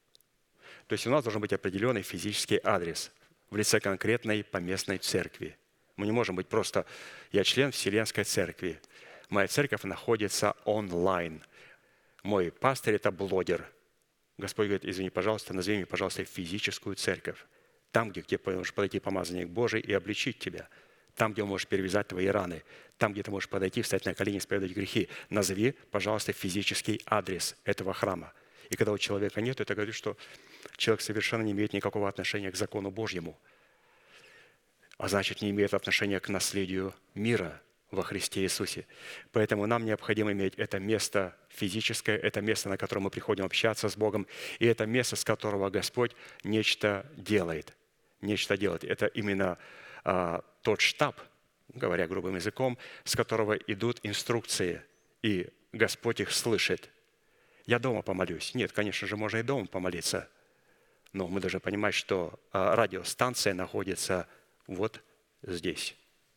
То есть у нас должен быть определенный физический адрес в лице конкретной поместной церкви. Мы не можем быть просто: я член Вселенской Церкви, моя церковь находится онлайн, мой пастырь – это блогер. Господь говорит: извини, пожалуйста, назови мне, пожалуйста, физическую церковь. Там, где, где можешь подойти помазанник Божий и обличить тебя. Там, где он может перевязать твои раны. Там, где ты можешь подойти, встать на колени, исповедовать грехи. Назови, пожалуйста, физический адрес этого храма. И когда у человека нет, это говорит, что человек совершенно не имеет никакого отношения к закону Божьему, а значит, не имеет отношения к наследию мира во Христе Иисусе. Поэтому нам необходимо иметь это место физическое, это место, на котором мы приходим общаться с Богом, и это место, с которого Господь нечто делает. Нечто делает. Это именно а, тот штаб, говоря грубым языком, с которого идут инструкции, и Господь их слышит. Я дома помолюсь. Нет, конечно же, можно и дома помолиться, но мы должны понимать, что а, радиостанция находится вот здесь.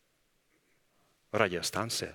Радиостанция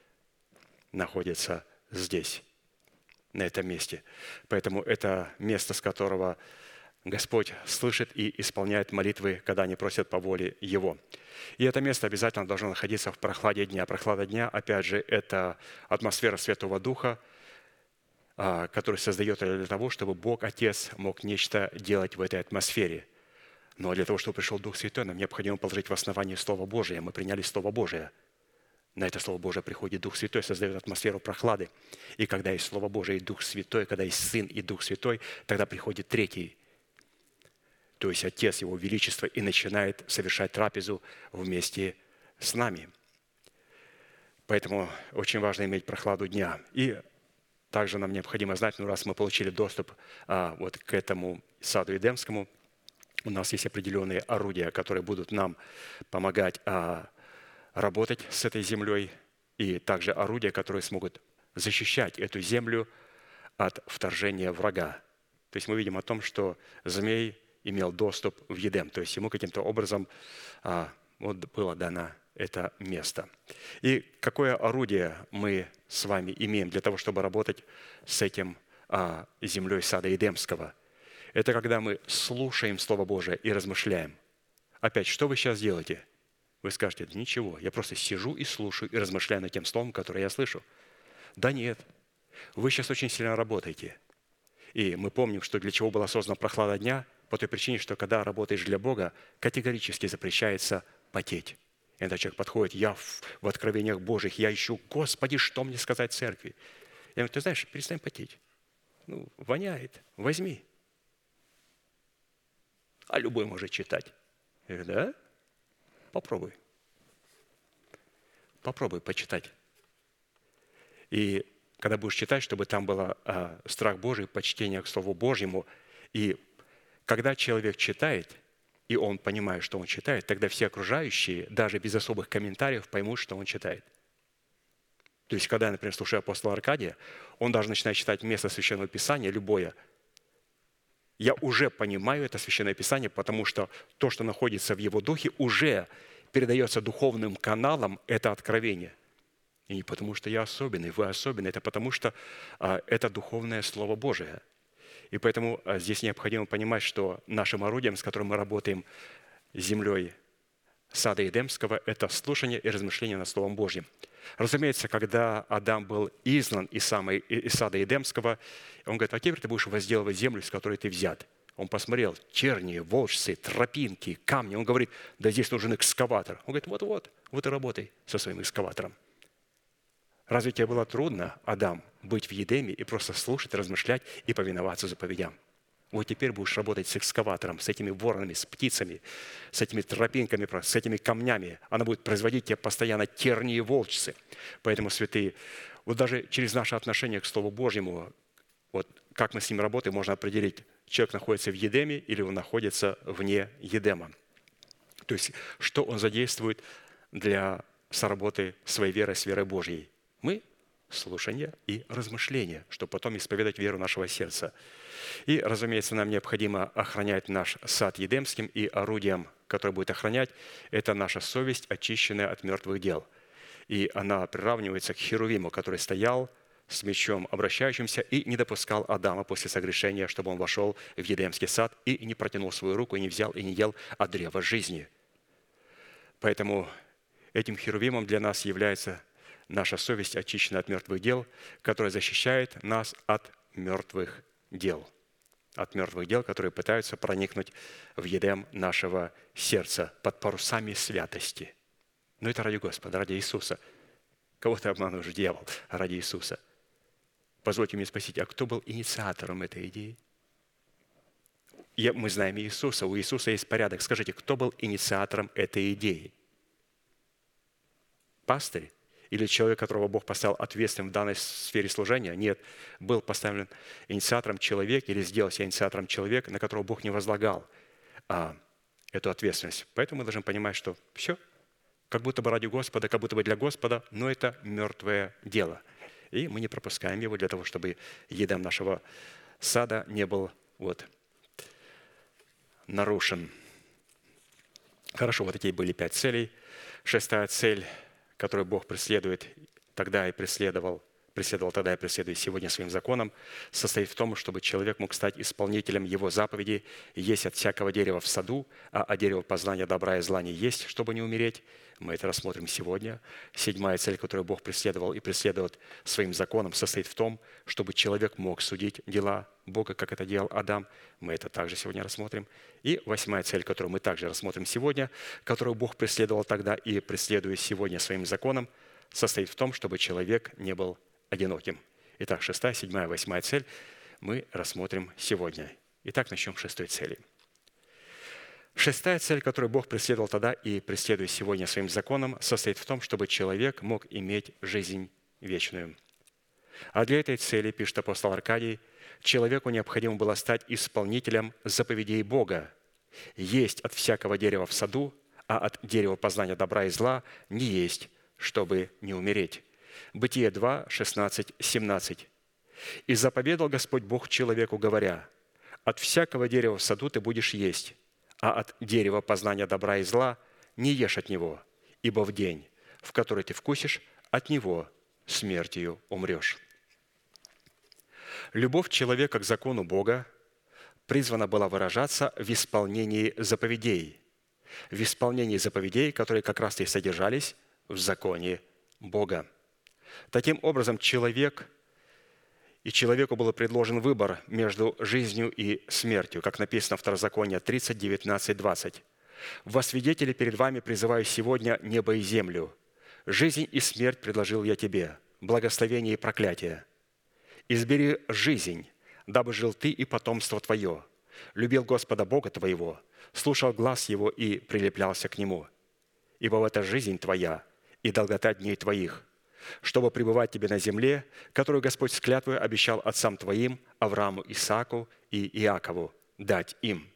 находится здесь, на этом месте. Поэтому это место, с которого Господь слышит и исполняет молитвы, когда они просят по воле Его. И это место обязательно должно находиться в прохладе дня. Прохлада дня, опять же, это атмосфера Святого Духа, который создает для того, чтобы Бог Отец мог нечто делать в этой атмосфере. Но для того, чтобы пришел Дух Святой, нам необходимо положить в основание Слово Божие. Мы приняли Слово Божие. На это Слово Божие приходит Дух Святой, создает атмосферу прохлады. И когда есть Слово Божие и Дух Святой, когда есть Сын и Дух Святой, тогда приходит Третий, то есть Отец Его Величества, и начинает совершать трапезу вместе с нами. Поэтому очень важно иметь прохладу дня. И также нам необходимо знать, ну раз мы получили доступ а, вот к этому саду Эдемскому, У нас есть определенные орудия, которые будут нам помогать а, работать с этой землей, и также орудия, которые смогут защищать эту землю от вторжения врага. То есть мы видим о том, что змей имел доступ в Едем, то есть ему каким-то образом а, вот было дано это место. И какое орудие мы с вами имеем для того, чтобы работать с этим а, землей сада Едемского? Это когда мы слушаем Слово Божие и размышляем. Опять, что вы сейчас делаете? Вы скажете: да ничего, я просто сижу и слушаю и размышляю над тем словом, которое я слышу. Да нет, вы сейчас очень сильно работаете. И мы помним, что для чего была создана прохлада дня, по той причине, что когда работаешь для Бога, категорически запрещается потеть. И этот человек подходит: я в, в откровениях Божьих, я ищу: Господи, что мне сказать церкви? Я говорю: ты знаешь, перестань потеть. Ну, воняет, возьми. А любой может читать. Я говорю: да? Попробуй. Попробуй почитать. И когда будешь читать, чтобы там был а, страх Божий, почтение к Слову Божьему. И когда человек читает, и он понимает, что он читает, тогда все окружающие, даже без особых комментариев, поймут, что он читает. То есть, когда я, например, слушаю апостола Аркадия, он даже начинает читать место Священного Писания, любое, я уже понимаю это Священное Писание, потому что то, что находится в его духе, уже передается духовным каналам, это откровение. И не потому, что я особенный, вы особенный, это потому, что а, это духовное Слово Божие. И поэтому а, здесь необходимо понимать, что нашим орудием, с которым мы работаем с землей сада Едемского, это слушание и размышление над Словом Божьим. Разумеется, когда Адам был изгнан из, самой, из сада Едемского, он говорит: а теперь ты будешь возделывать землю, с которой ты взят. Он посмотрел: черни, волжцы, тропинки, камни. Он говорит: да здесь нужен экскаватор. Он говорит: вот-вот, вот и работай со своим экскаватором. Разве тебе было трудно, Адам, быть в Едеме и просто слушать, размышлять и повиноваться заповедям? Вот теперь будешь работать с экскаватором, с этими воронами, с птицами, с этими тропинками, с этими камнями. Она будет производить тебе постоянно тернии и волчцы. Поэтому, святые, вот даже через наше отношение к Слову Божьему, вот как мы с ним работаем, можно определить, человек находится в Едеме или он находится вне Едема. То есть, что он задействует для соработы своей веры с верой Божьей. Мы – слушание и размышление, чтобы потом исповедать веру нашего сердца. И, разумеется, нам необходимо охранять наш сад Едемским, и орудием, которое будет охранять, это наша совесть, очищенная от мертвых дел. И она приравнивается к Херувиму, который стоял с мечом обращающимся и не допускал Адама после согрешения, чтобы он вошел в Едемский сад и не протянул свою руку, и не взял, и не ел от древа жизни. Поэтому этим Херувимом для нас является наша совесть, очищенная от мертвых дел, которая защищает нас от мертвых дел. От мертвых дел, которые пытаются проникнуть в Едем нашего сердца под парусами святости. Но это ради Господа, ради Иисуса. Кого ты обманываешь, дьявол, ради Иисуса? Позвольте мне спросить, а кто был инициатором этой идеи? Я, мы знаем Иисуса, у Иисуса есть порядок. Скажите, кто был инициатором этой идеи? Пастырь? Или человек, которого Бог поставил ответственным в данной сфере служения? Нет, был поставлен инициатором человек, или сделал себя инициатором человек, на которого Бог не возлагал а, эту ответственность. Поэтому мы должны понимать, что все, как будто бы ради Господа, как будто бы для Господа, но это мертвое дело. И мы не пропускаем его для того, чтобы Едем нашего сада не был вот, нарушен. Хорошо, вот такие были пять целей. Шестая цель, которую Бог преследует тогда и преследовал, преследовал тогда и преследует сегодня своим законом, состоит в том, чтобы человек мог стать исполнителем Его заповедей: есть от всякого дерева в саду, а от дерева познания добра и зла не есть, чтобы не умереть. Мы это рассмотрим сегодня. Седьмая цель, которую Бог преследовал и преследует своим законом, состоит в том, чтобы человек мог судить дела Бога, как это делал Адам. Мы это также сегодня рассмотрим. И восьмая цель, которую мы также рассмотрим сегодня, которую Бог преследовал тогда и преследует сегодня своим законом, состоит в том, чтобы человек не был одиноким. Итак, шестая, седьмая, восьмая цель мы рассмотрим сегодня. Итак, начнем с шестой цели. Шестая цель, которую Бог преследовал тогда и преследует сегодня своим законом, состоит в том, чтобы человек мог иметь жизнь вечную. А для этой цели, пишет апостол Аркадий, человеку необходимо было стать исполнителем заповедей Бога Есть от всякого дерева в саду, а от дерева познания добра и зла не есть, чтобы не умереть». Бытие два, шестнадцать, семнадцать. «И заповедал Господь Бог человеку, говоря: от всякого дерева в саду ты будешь есть, а от дерева познания добра и зла не ешь от него, ибо в день, в который ты вкусишь, от него смертью умрешь». Любовь человека к закону Бога призвана была выражаться в исполнении заповедей, в исполнении заповедей, которые как раз и содержались в законе Бога. Таким образом, человек и человеку был предложен выбор между жизнью и смертью, как написано в Второзаконие тридцать, девятнадцать, двадцать. «Во свидетели перед вами призываю сегодня небо и землю. Жизнь и смерть предложил я тебе, благословение и проклятие. Избери жизнь, дабы жил ты и потомство твое, любил Господа Бога твоего, слушал глас Его и прилеплялся к Нему. Ибо в это жизнь твоя и долгота дней твоих, чтобы пребывать тебе на земле, которую Господь с клятвой обещал отцам твоим, Аврааму, Исааку и Иакову, дать им».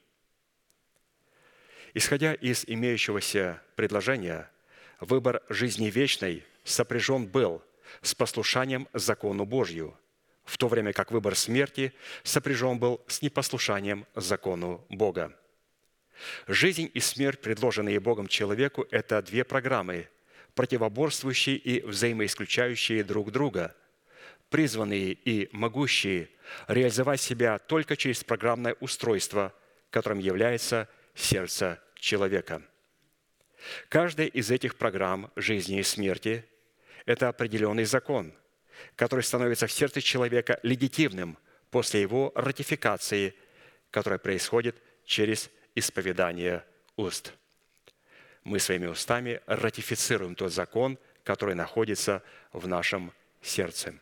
Исходя из имеющегося предложения, выбор жизни вечной сопряжен был с послушанием закону Божью, в то время как выбор смерти сопряжен был с непослушанием закону Бога. Жизнь и смерть, предложенные Богом человеку, – это две программы, противоборствующие и взаимоисключающие друг друга, призванные и могущие реализовать себя только через программное устройство, которым является сердце человека. Каждая из этих программ жизни и смерти – это определенный закон, который становится в сердце человека легитимным после его ратификации, которая происходит через исповедание уст. Мы своими устами ратифицируем тот закон, который находится в нашем сердце.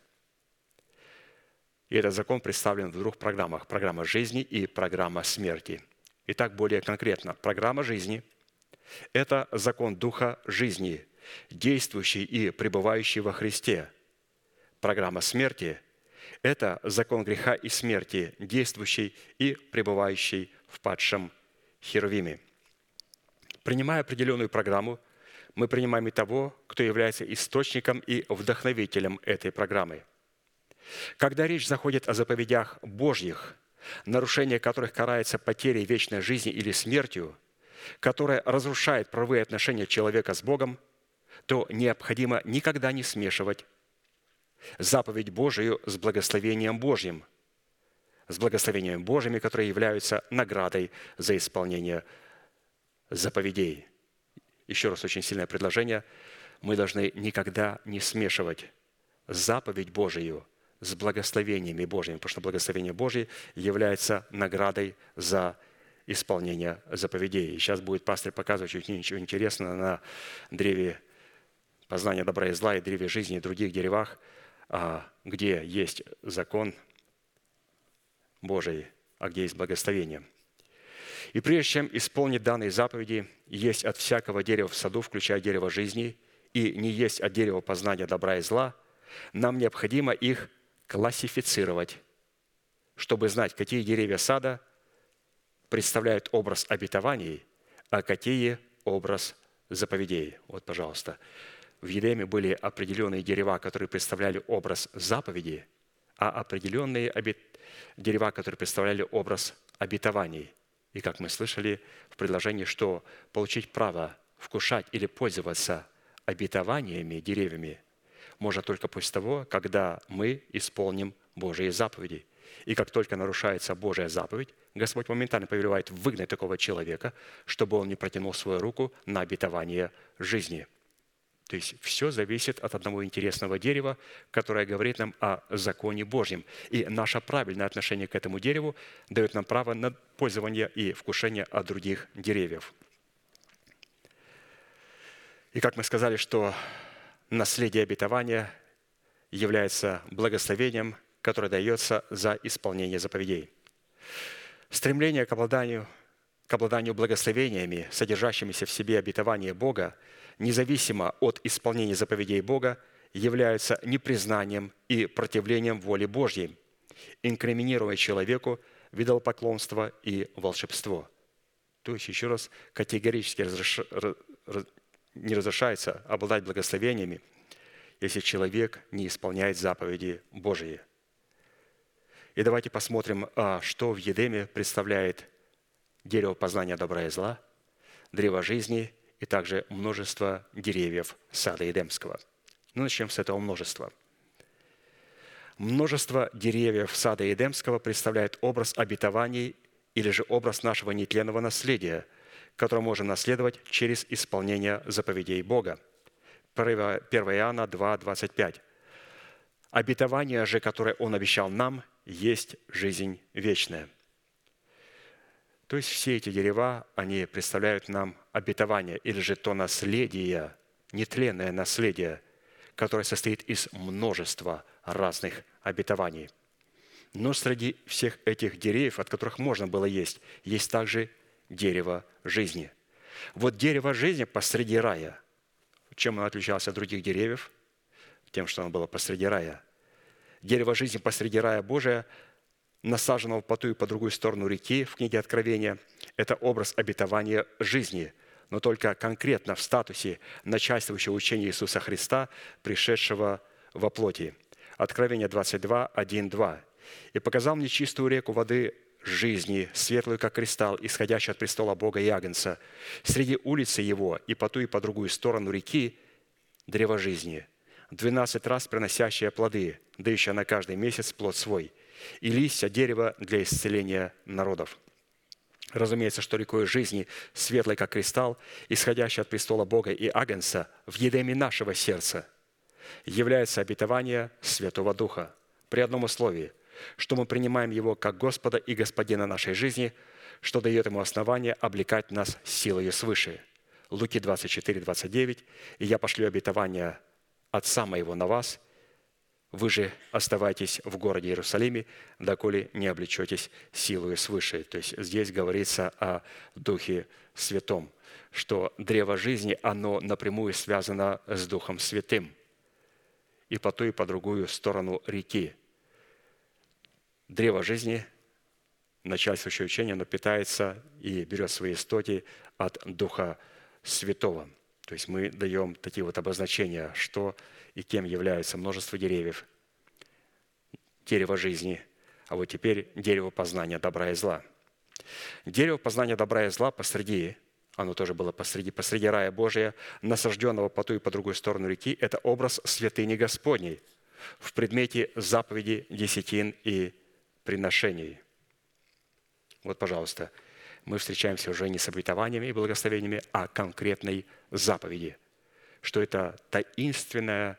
И этот закон представлен в двух программах – программа жизни и программа смерти. Итак, более конкретно, программа жизни – это закон Духа жизни, действующий и пребывающий во Христе. Программа смерти – это закон греха и смерти, действующий и пребывающий в падшем Херувиме. Принимая определенную программу, мы принимаем и того, кто является источником и вдохновителем этой программы. Когда речь заходит о заповедях Божьих, нарушение которых карается потерей вечной жизни или смертью, которая разрушает правовые отношения человека с Богом, то необходимо никогда не смешивать заповедь Божию с благословением Божьим, с благословением Божьими, которые являются наградой за исполнение заповедей. Еще раз очень сильное предложение. Мы должны никогда не смешивать заповедь Божию с благословениями Божьими, потому что благословение Божье является наградой за исполнение заповедей. И сейчас будет пастырь показывать очень интересно на древе познания добра и зла и древе жизни и других деревах, где есть закон Божий, а где есть благословение. И прежде чем исполнить данные заповеди, есть от всякого дерева в саду, включая дерево жизни, и не есть от дерева познания добра и зла, нам необходимо их классифицировать, чтобы знать, какие деревья сада представляют образ обетований, а какие – образ заповедей. Вот, пожалуйста. В Едеме были определенные дерева, которые представляли образ заповеди, а определенные обет... дерева, которые представляли образ обетований. И как мы слышали в предложении, что получить право вкушать или пользоваться обетованиями, деревьями, можно только после того, когда мы исполним Божьи заповеди. И как только нарушается Божья заповедь, Господь моментально повелевает выгнать такого человека, чтобы он не протянул свою руку на обетование жизни. То есть все зависит от одного интересного дерева, которое говорит нам о законе Божьем. И наше правильное отношение к этому дереву дает нам право на пользование и вкушение от других деревьев. И как мы сказали, что наследие обетования является благословением, которое дается за исполнение заповедей. Стремление к обладанию, к обладанию благословениями, содержащимися в себе обетование Бога, независимо от исполнения заповедей Бога, являются непризнанием и противлением воле Божьей, инкриминируя человеку идолопоклонство и волшебство. То есть, еще раз, категорически разреш... раз... не разрешается обладать благословениями, если человек не исполняет заповеди Божьи. И давайте посмотрим, что в Едеме представляет дерево познания добра и зла, древо жизни и также множество деревьев сада Едемского. Ну, начнем с этого множества. Множество деревьев сада Едемского представляет образ обетований или же образ нашего нетленного наследия, которое можем наследовать через исполнение заповедей Бога. первое Иоанна два, двадцать пять. «Обетование же, которое Он обещал нам, есть жизнь вечная». То есть все эти дерева, они представляют нам обетование или же то наследие, нетленное наследие, которое состоит из множества разных обетований. Но среди всех этих деревьев, от которых можно было есть, есть также дерево жизни. Вот дерево жизни посреди рая. Чем оно отличалось от других деревьев? Тем, что оно было посреди рая. Дерево жизни посреди рая Божия, насаженного по ту и по другую сторону реки в книге Откровения, это образ обетования жизни, но только конкретно в статусе начальствующего учения Иисуса Христа, пришедшего во плоти. Откровение двадцать два, один, два. «И показал мне чистую реку воды жизни, светлую, как кристалл, исходящую от престола Бога и Агнца. Среди улицы его и по ту и по другую сторону реки древо жизни, двенадцать раз приносящее плоды, дающее на каждый месяц плод свой, и листья дерева для исцеления народов». Разумеется, что рекой жизни, светлой, как кристалл, исходящей от престола Бога и Агнца, в едеме нашего сердца, является обетование Святого Духа при одном условии, что мы принимаем Его как Господа и Господина нашей жизни, что дает Ему основание облекать нас силою свыше. Луки двадцать четыре, двадцать девять. «И я пошлю обетование Отца Моего на вас, вы же оставайтесь в городе Иерусалиме, доколе не облечетесь силою свыше». То есть здесь говорится о Духе Святом, что древо жизни, оно напрямую связано с Духом Святым и по ту и по другую сторону реки. Древо жизни, начальствующее учение, оно питается и берет свои истоки от Духа Святого. То есть мы даем такие вот обозначения, что и кем является множество деревьев. Дерево жизни, а вот теперь дерево познания добра и зла. Дерево познания добра и зла посреди, оно тоже было посреди, посреди рая Божия, насажденного по ту и по другую сторону реки, это образ святыни Господней в предмете заповеди, десятин и приношений. Вот, пожалуйста, мы встречаемся уже не с обетованиями и благословениями, а конкретной заповеди, что это таинственное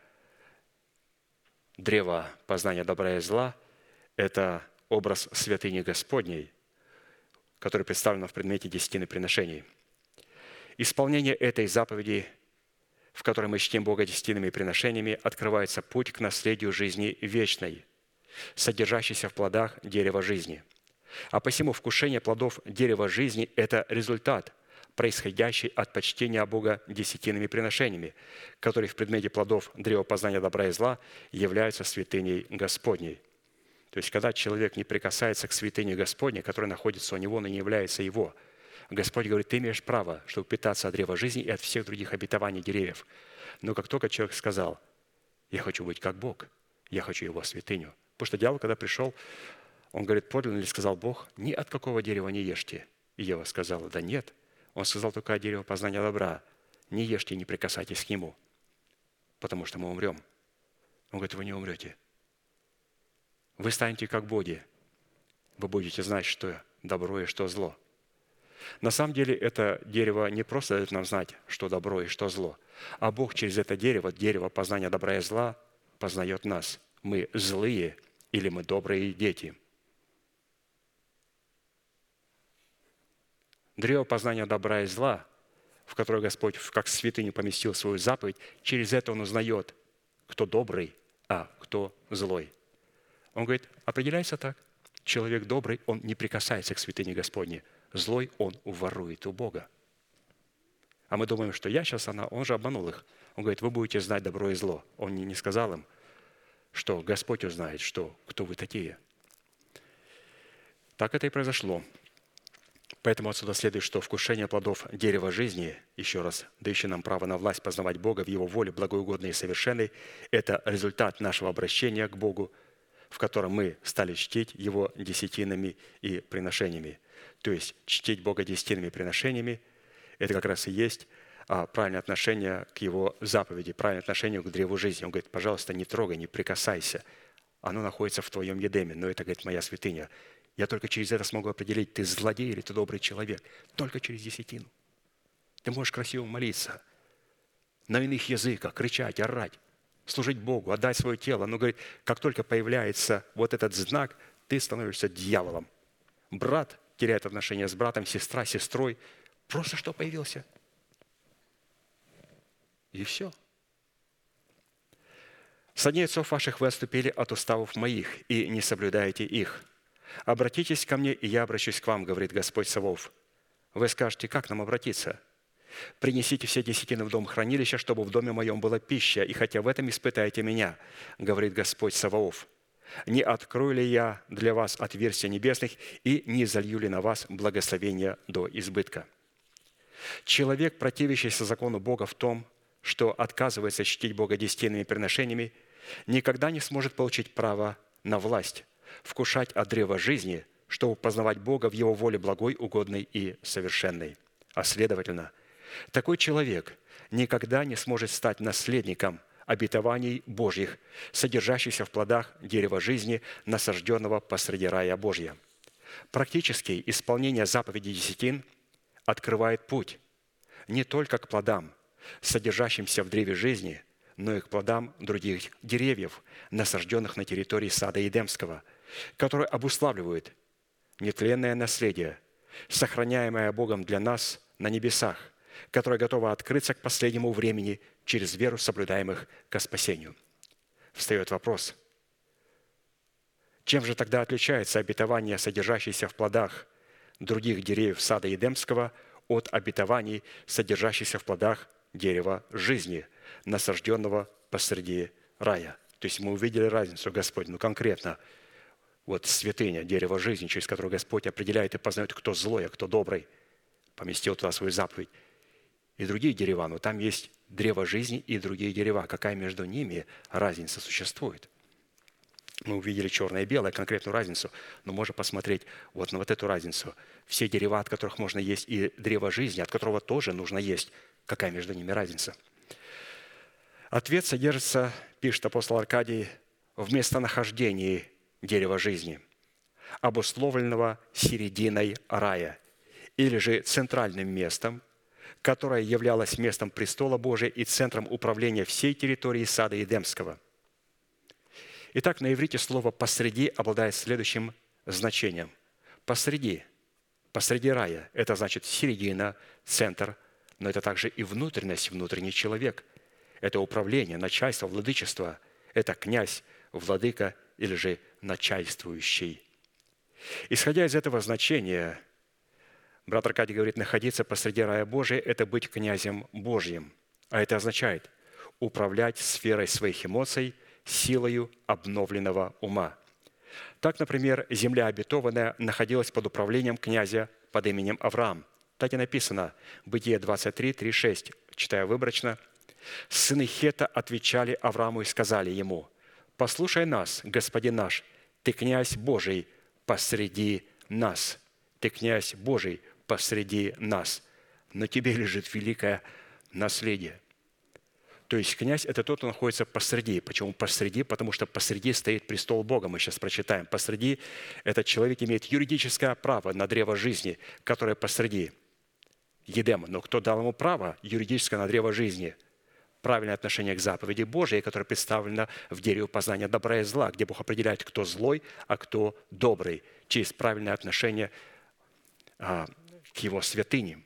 древо познания добра и зла, это образ святыни Господней, который представлен в предмете десятины приношений. Исполнение этой заповеди, в которой мы чтим Бога десятинными приношениями, открывается путь к наследию жизни вечной, содержащейся в плодах дерева жизни. А посему вкушение плодов дерева жизни – это результат, происходящий от почтения Бога десятинными приношениями, которые в предмете плодов древа познания добра и зла являются святыней Господней. То есть, когда человек не прикасается к святыне Господней, которая находится у него, но не является его, Господь говорит: ты имеешь право, чтобы питаться от древа жизни и от всех других обетований деревьев. Но как только человек сказал: я хочу быть как Бог, я хочу Его святыню. Потому что дьявол, когда пришел, он говорит: подлинно ли сказал Бог, ни от какого дерева не ешьте? И Ева сказала: да нет. Он сказал только о дереве познания добра. Не ешьте и не прикасайтесь к нему, потому что мы умрем. Он говорит: вы не умрете. Вы станете как боги. Вы будете знать, что добро и что зло. На самом деле это дерево не просто дает нам знать, что добро и что зло, а Бог через это дерево, дерево познания добра и зла, познает нас. Мы злые или мы добрые дети. Древо познания добра и зла, в которое Господь как святыню поместил свою заповедь, через это Он узнает, кто добрый, а кто злой. Он говорит: определяется так. Человек добрый, он не прикасается к святыне Господней. Злой он ворует у Бога. А мы думаем, что я сейчас, она, он же обманул их. Он говорит: вы будете знать добро и зло. Он не сказал им, что Господь узнает, что, кто вы такие. Так это и произошло. Поэтому отсюда следует, что вкушение плодов дерева жизни, еще раз, дающее нам право на власть познавать Бога в Его воле, благоугодной и совершенной, это результат нашего обращения к Богу, в котором мы стали чтить Его десятинами и приношениями. То есть чтить Бога десятинами и приношениями – это как раз и есть а, правильное отношение к Его заповеди, правильное отношение к древу жизни. Он говорит: пожалуйста, не трогай, не прикасайся. Оно находится в твоем едеме, но это, говорит, моя святыня. Я только через это смогу определить, ты злодей или ты добрый человек. Только через десятину. Ты можешь красиво молиться, на иных языках, кричать, орать, служить Богу, отдать свое тело. Но, говорит, как только появляется вот этот знак, ты становишься дьяволом. Брат теряет отношения с братом, сестра с сестрой. Просто что появился. И все. «Со дней отцов ваших вы отступили от уставов моих, и не соблюдаете их. Обратитесь ко мне, и я обращусь к вам, говорит Господь Саваоф. Вы скажете: как нам обратиться? Принесите все десятины в дом хранилища, чтобы в доме моем была пища, и хотя в этом испытаете меня, говорит Господь Саваоф. Не открою ли я для вас отверстия небесных, и не залью ли на вас благословения до избытка?» Человек, противящийся закону Бога в том, что отказывается чтить Бога десятинными приношениями, никогда не сможет получить право на власть, вкушать от древа жизни, чтобы познавать Бога в Его воле благой, угодной и совершенной. А следовательно, такой человек никогда не сможет стать наследником обетований Божьих, содержащихся в плодах дерева жизни, насажденного посреди рая Божья. Практически исполнение заповедей десятин открывает путь не только к плодам, содержащимся в древе жизни, но и к плодам других деревьев, насажденных на территории сада Едемского, которые обуславливают нетленное наследие, сохраняемое Богом для нас на небесах, которое готово открыться к последнему времени через веру соблюдаемых ко спасению. Встает вопрос: чем же тогда отличается обетование, содержащееся в плодах других деревьев сада Едемского, от обетований, содержащихся в плодах дерева жизни, насажденного посреди рая? То есть мы увидели разницу, Господь, ну конкретно, вот святыня, дерево жизни, через которое Господь определяет и познает, кто злой, а кто добрый, поместил туда свою заповедь. И другие дерева, но там есть древо жизни и другие дерева. Какая между ними разница существует? Мы увидели черное и белое, конкретную разницу, но можно посмотреть вот на вот эту разницу. Все дерева, от которых можно есть, и древо жизни, от которого тоже нужно есть. Какая между ними разница? Ответ содержится, пишет апостол Аркадий, в местонахождении дерева жизни, обусловленного серединой рая, или же центральным местом, которое являлось местом престола Божия и центром управления всей территории сада Едемского. Итак, на иврите слово «посреди» обладает следующим значением. Посреди, посреди рая – это значит середина, центр, но это также и внутренность, внутренний человек. Это управление, начальство, владычество. Это князь, владыка или же начальствующий. Исходя из этого значения, брат Аркадий говорит, находиться посреди рая Божия – это быть князем Божьим. А это означает управлять сферой своих эмоций, силою обновленного ума. Так, например, земля обетованная находилась под управлением князя под именем Авраам. Так и написано, Бытие двадцать три, три, шесть, читая выборочно. «Сыны Хета отвечали Аврааму и сказали ему: послушай нас, господин наш, ты князь Божий посреди нас. Ты князь Божий посреди нас. Но тебе лежит великое наследие». То есть князь – это тот, кто находится посреди. Почему посреди? Потому что посреди стоит престол Бога. Мы сейчас прочитаем. Посреди этот человек имеет юридическое право на древо жизни, которое посреди Едема. Но кто дал ему право юридическое на древо жизни? Правильное отношение к заповеди Божией, которое представлено в дереве познания добра и зла, где Бог определяет, кто злой, а кто добрый, через правильное отношение а, к Его святыне.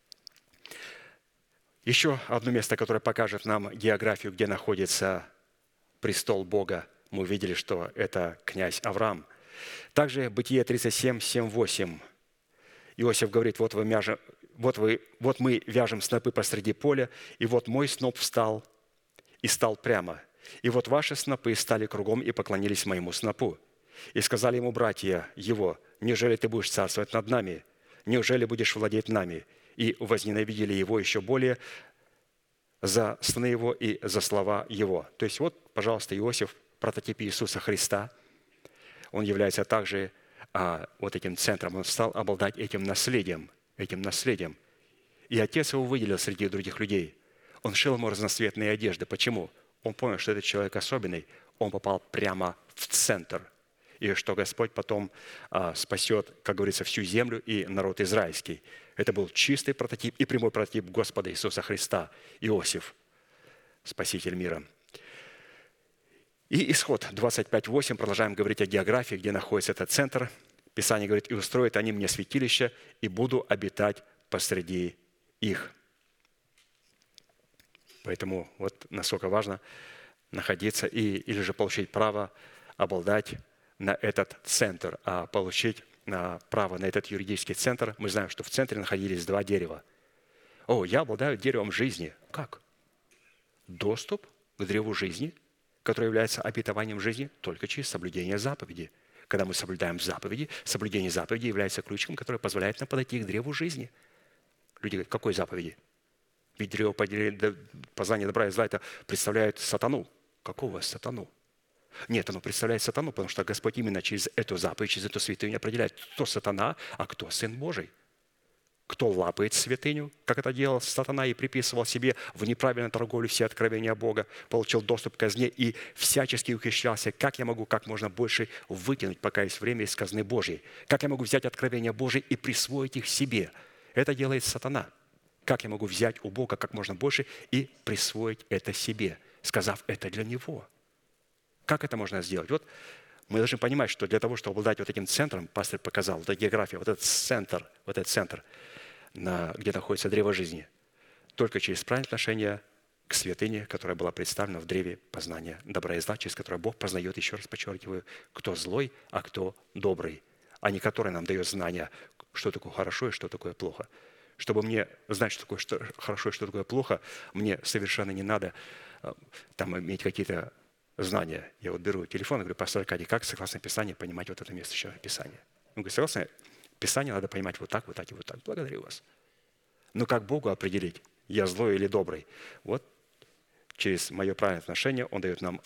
Еще одно место, которое покажет нам географию, где находится престол Бога. Мы увидели, что это князь Авраам. Также Бытие тридцать семь, семь, восемь. Иосиф говорит, вот, вы мяжем, вот, вы, вот мы вяжем снопы посреди поля, и вот мой сноп встал и стал прямо. И вот ваши снопы стали кругом и поклонились моему снопу. И сказали ему братья его: неужели ты будешь царствовать над нами? неужели будешь владеть нами?» И возненавидели его еще более за сны его и за слова его. То есть вот, пожалуйста, Иосиф, прототип Иисуса Христа, он является также а, вот этим центром, он стал обладать этим наследием, этим наследием. И отец его выделил среди других людей. Он шил ему разноцветные одежды. Почему? Он понял, что этот человек особенный, он попал прямо в центр. И что Господь потом а, спасет, как говорится, всю землю и народ израильский. Это был чистый прототип и прямой прототип Господа Иисуса Христа, Иосиф, Спаситель мира. И Исход двадцать пять восемь, продолжаем говорить о географии, где находится этот центр. Писание говорит: «И устроят они мне святилище, и буду обитать посреди их». Поэтому вот насколько важно находиться и, или же получить право обладать на этот центр, а получить на право на этот юридический центр. Мы знаем, что в центре находились два дерева. О, я обладаю деревом жизни. Как? Доступ к древу жизни, которое является обетованием жизни, только через соблюдение заповеди. Когда мы соблюдаем заповеди, соблюдение заповеди является ключиком, который позволяет нам подойти к древу жизни. Люди говорят: какой заповеди? Ведь древо познания добра и зла это представляет сатану. Какого сатану? Нет, оно представляет сатану, потому что Господь именно через эту заповедь, через эту святыню определяет, кто сатана, а кто Сын Божий. Кто лапает святыню, как это делал сатана и приписывал себе в неправильной торговле все откровения Бога, получил доступ к казне и всячески ухищрялся, как я могу как можно больше вытянуть, пока есть время, из казны Божьей. Как я могу взять откровения Божьи и присвоить их себе. Это делает сатана. Как я могу взять у Бога как можно больше и присвоить это себе, сказав это для Него. Как это можно сделать? Вот мы должны понимать, что для того, чтобы обладать вот этим центром, пастор показал, вот эта география, вот этот центр, вот этот центр, на, где находится древо жизни, только через правильное отношение к святыне, которая была представлена в древе познания добра и зла, через которое Бог познает, еще раз подчеркиваю, кто злой, а кто добрый, а не который нам дает знания, что такое хорошо и что такое плохо. Чтобы мне знать, что такое что хорошо и что такое плохо, мне совершенно не надо там иметь какие-то знания. Я вот беру телефон и говорю: пастор Аркадий, как согласно Писанию понимать вот это место еще Писания? Он говорит: согласно Писанию надо понимать вот так, вот так и вот так. Благодарю вас. Но как Богу определить, я злой или добрый? Вот через мое правильное отношение Он дает нам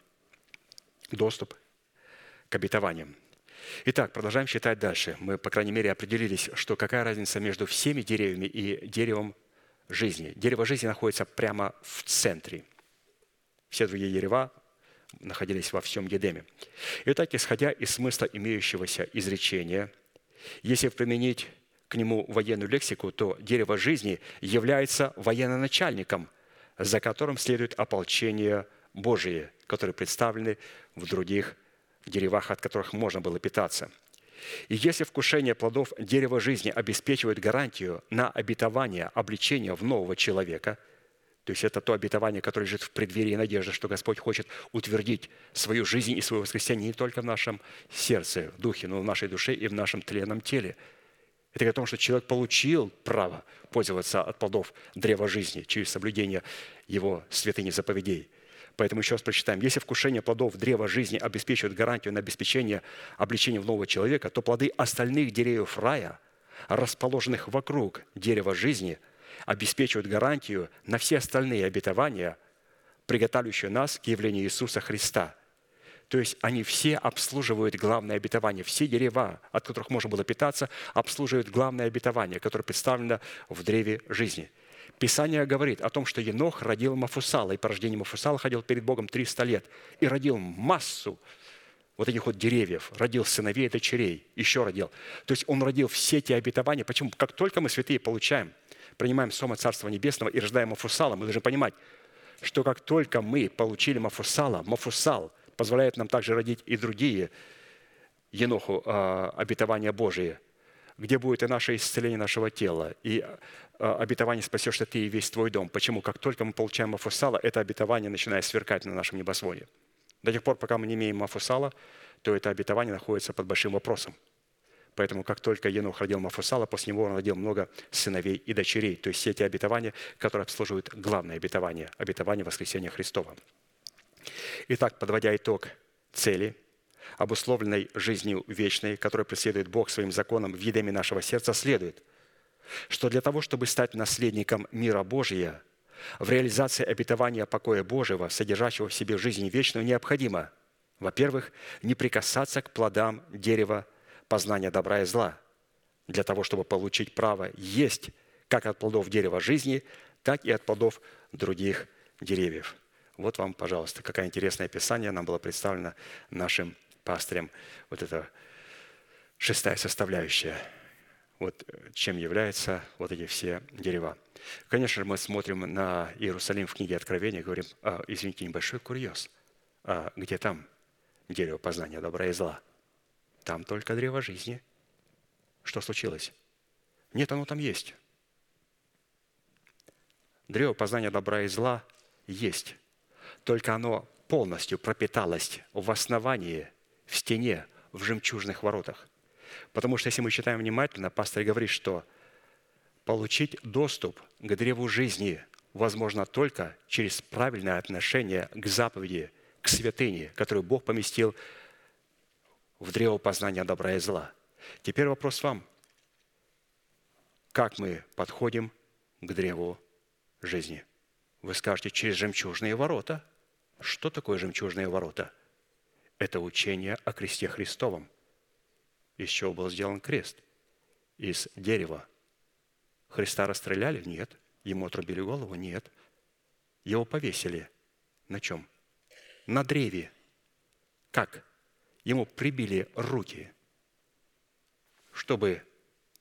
доступ к обетованиям. Итак, продолжаем читать дальше. Мы, по крайней мере, определились, что какая разница между всеми деревьями и деревом жизни. Дерево жизни находится прямо в центре. Все другие дерева находились во всем Едеме. Итак, исходя из смысла имеющегося изречения, если применить к нему военную лексику, то дерево жизни является военачальником, за которым следует ополчение Божие, которые представлены в других деревах, от которых можно было питаться. И если вкушение плодов дерева жизни обеспечивает гарантию на обетование, обличение в нового человека, то есть это то обетование, которое лежит в преддверии надежды, что Господь хочет утвердить свою жизнь и свое воскресение не только в нашем сердце, в духе, но и в нашей душе и в нашем тленном теле. Это говорит о том, что человек получил право пользоваться от плодов древа жизни через соблюдение его святыни заповедей. Поэтому еще раз прочитаем. Если вкушение плодов древа жизни обеспечивает гарантию на обеспечение обличения в нового человека, то плоды остальных деревьев рая, расположенных вокруг дерева жизни, обеспечивают гарантию на все остальные обетования, приготавливающие нас к явлению Иисуса Христа. То есть они все обслуживают главное обетование. Все дерева, от которых можно было питаться, обслуживают главное обетование, которое представлено в древе жизни. Писание говорит о том, что Енох родил Мафусала, и по рождению Мафусала ходил перед Богом триста лет, и родил массу вот этих вот деревьев, родил сыновей и дочерей, еще родил. То есть он родил все эти обетования. Почему? Как только мы, святые, получаем, принимаем сома Царства Небесного и рождаем Мафусала, мы должны понимать, что как только мы получили Мафусала, Мафусал позволяет нам также родить и другие Еноху э, обетования Божии, где будет и наше исцеление нашего тела, и э, обетование «спасешься ты и весь твой дом». Почему? Как только мы получаем Мафусала, это обетование начинает сверкать на нашем небосводе. До тех пор, пока мы не имеем Мафусала, то это обетование находится под большим вопросом. Поэтому, как только Енох родил Мафусала, после него он родил много сыновей и дочерей. То есть все эти обетования, которые обслуживают главное обетование, обетование воскресения Христова. Итак, подводя итог цели, обусловленной жизнью вечной, которую преследует Бог своим законом в едеме нашего сердца, следует, что для того, чтобы стать наследником мира Божия, в реализации обетования покоя Божьего, содержащего в себе жизнь вечную, необходимо, во-первых, не прикасаться к плодам дерева познания добра и зла, для того, чтобы получить право есть как от плодов дерева жизни, так и от плодов других деревьев. Вот вам, пожалуйста, какое интересное описание нам было представлено нашим пастырем. Вот это шестая составляющая. Вот чем являются вот эти все дерева. Конечно же, мы смотрим на Иерусалим в книге Откровения и говорим, а, извините, небольшой курьез. А где там дерево познания добра и зла? Там только древо жизни. Что случилось? Нет, оно там есть. Древо познания добра и зла есть. Только оно полностью пропиталось в основании, в стене, в жемчужных воротах. Потому что, если мы читаем внимательно, пастор говорит, что получить доступ к древу жизни возможно только через правильное отношение к заповеди, к святыне, которую Бог поместил в древо познания добра и зла. Теперь вопрос вам. Как мы подходим к древу жизни? Вы скажете, через жемчужные ворота. Что такое жемчужные ворота? Это учение о кресте Христовом. Из чего был сделан крест? Из дерева. Христа расстреляли? Нет. Ему отрубили голову? Нет. Его повесили. На чем? На древе. Как? Ему прибили руки, чтобы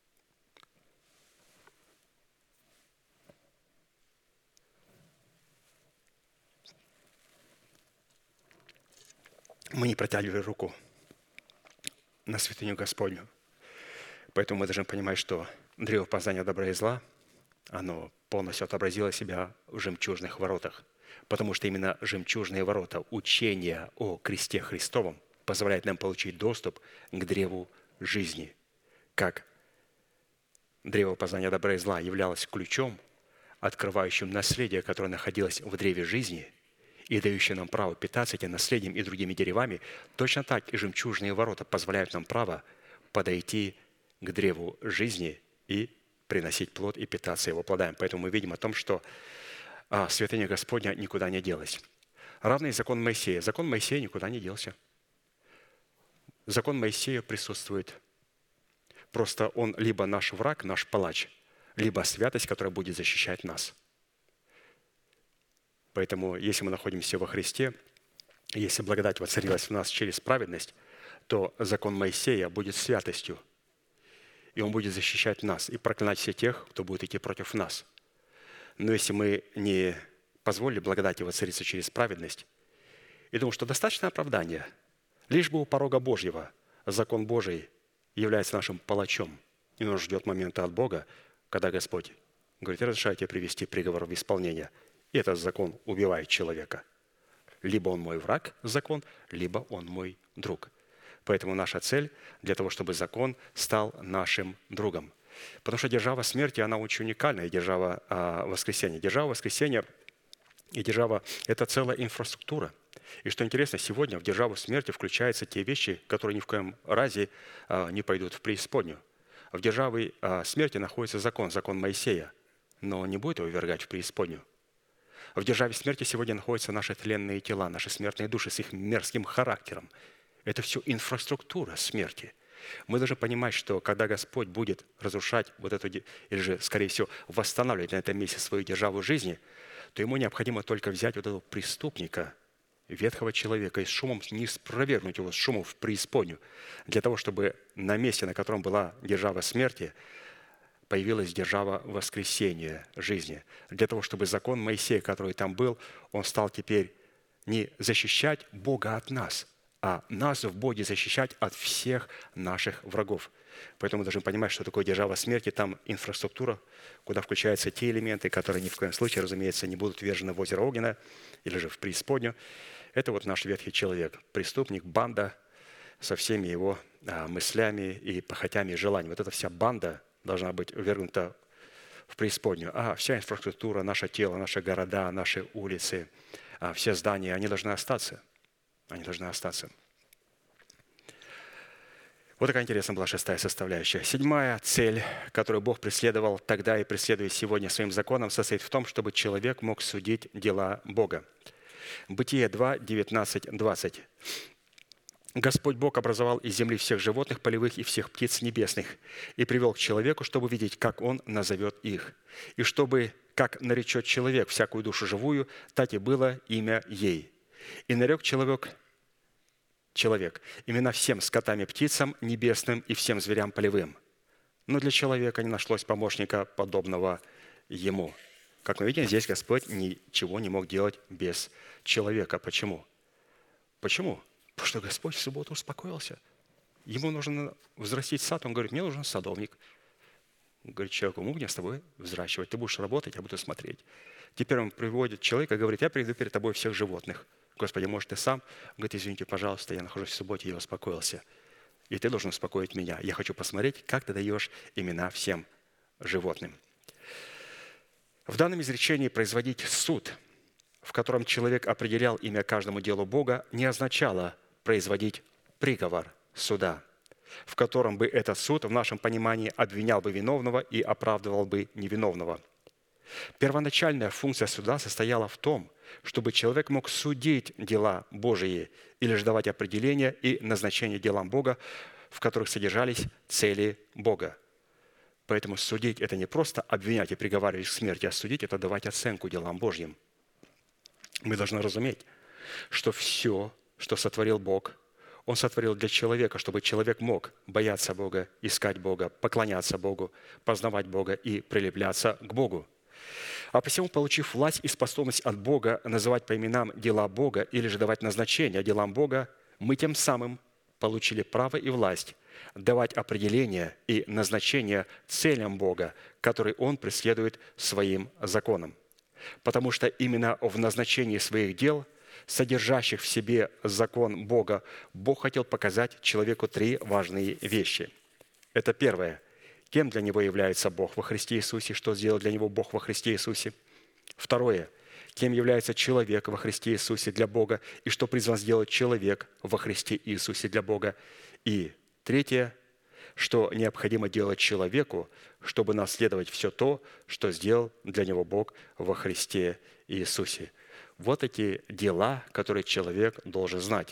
мы не протягивали руку на святыню Господню. Поэтому мы должны понимать, что древо познания добра и зла, оно полностью отобразило себя в жемчужных воротах. Потому что именно жемчужные ворота, учение о кресте Христовом, позволяет нам получить доступ к древу жизни. Как древо познания добра и зла являлось ключом, открывающим наследие, которое находилось в древе жизни, и дающее нам право питаться этим наследием и другими деревами, точно так и жемчужные ворота позволяют нам право подойти к древу жизни и приносить плод и питаться его плодами. Поэтому мы видим о том, что а, святыня Господня никуда не делась. Равно и закон Моисея. Закон Моисея никуда не делся. Закон Моисея присутствует. Просто он либо наш враг, наш палач, либо святость, которая будет защищать нас. Поэтому, если мы находимся во Христе, если благодать воцарилась в нас через праведность, то закон Моисея будет святостью, и он будет защищать нас и проклинать всех тех, кто будет идти против нас. Но если мы не позволили благодати воцариться через праведность, и думаю, что достаточно оправдания, лишь бы у порога Божьего закон Божий является нашим палачом, и он ждет момента от Бога, когда Господь говорит, разрешаю тебе привести приговор в исполнение. И этот закон убивает человека. Либо он мой враг, закон, либо он мой друг. Поэтому наша цель для того, чтобы закон стал нашим другом. Потому что держава смерти, она очень уникальная, держава а, воскресения. Держава воскресения и держава – это целая инфраструктура. И что интересно, сегодня в державу смерти включаются те вещи, которые ни в коем разе а, не пойдут в преисподнюю. В державе а, смерти находится закон, закон Моисея, но он не будет его ввергать в преисподнюю. В державе смерти сегодня находятся наши тленные тела, наши смертные души с их мерзким характером. Это все инфраструктура смерти. Мы должны понимать, что когда Господь будет разрушать вот эту, или же, скорее всего, восстанавливать на этом месте свою державу жизни, то ему необходимо только взять вот этого преступника, ветхого человека, и с шумом не спровергнуть его с шумом в преисподнюю, для того, чтобы на месте, на котором была держава смерти, появилась держава воскресения жизни. Для того, чтобы закон Моисея, который там был, он стал теперь не защищать Бога от нас, а нас в Боге защищать от всех наших врагов. Поэтому мы должны понимать, что такое держава смерти. Там инфраструктура, куда включаются те элементы, которые ни в коем случае, разумеется, не будут ввержены в озеро Огненное или же в преисподнюю. Это вот наш ветхий человек, преступник, банда со всеми его а, мыслями и похотями и желаниями. Вот эта вся банда должна быть ввергнута в преисподнюю. А вся инфраструктура, наше тело, наши города, наши улицы, а, все здания, они должны остаться. Они должны остаться. Вот такая интересная была шестая составляющая. Седьмая цель, которую Бог преследовал тогда и преследует сегодня своим законом, состоит в том, чтобы человек мог судить дела Бога. Бытие два, девятнадцать, двадцать. «Господь Бог образовал из земли всех животных полевых и всех птиц небесных и привел к человеку, чтобы видеть, как он назовет их, и чтобы, как наречет человек всякую душу живую, так и было имя ей. И нарек человек человек имена всем скотам и птицам небесным и всем зверям полевым. Но для человека не нашлось помощника, подобного ему». Как мы видим, здесь Господь ничего не мог делать без человека. Почему? Почему? Потому что Господь в субботу успокоился. Ему нужно взрастить сад. Он говорит: мне нужен садовник. Он говорит человеку: могу мне с тобой взращивать. Ты будешь работать, я буду смотреть. Теперь он приводит человека и говорит: я приведу перед тобой всех животных. Господи, может, ты сам? Он говорит: извините, пожалуйста, я нахожусь в субботе, я успокоился. И ты должен успокоить меня. Я хочу посмотреть, как ты даешь имена всем животным. В данном изречении производить суд, в котором человек определял имя каждому делу Бога, не означало производить приговор суда, в котором бы этот суд в нашем понимании обвинял бы виновного и оправдывал бы невиновного. Первоначальная функция суда состояла в том, чтобы человек мог судить дела Божии или же давать определения и назначение делам Бога, в которых содержались цели Бога. Поэтому судить – это не просто обвинять и приговаривать к смерти, а судить – это давать оценку делам Божьим. Мы должны разуметь, что все, что сотворил Бог, Он сотворил для человека, чтобы человек мог бояться Бога, искать Бога, поклоняться Богу, познавать Бога и прилепляться к Богу. А посему, получив власть и способность от Бога называть по именам дела Бога или же давать назначение делам Бога, мы тем самым получили право и власть давать определения и назначения целям Бога, которые Он преследует своим законом. Потому что именно в назначении своих дел, содержащих в себе закон Бога, Бог хотел показать человеку три важные вещи. Это первое. Кем для него является Бог во Христе Иисусе, что сделал для него Бог во Христе Иисусе. Второе. Кем является человек во Христе Иисусе для Бога, и что призван сделать человек во Христе Иисусе для Бога. И третье. Что необходимо делать человеку, чтобы наследовать все то, что сделал для него Бог во Христе Иисусе. Вот эти дела, которые человек должен знать.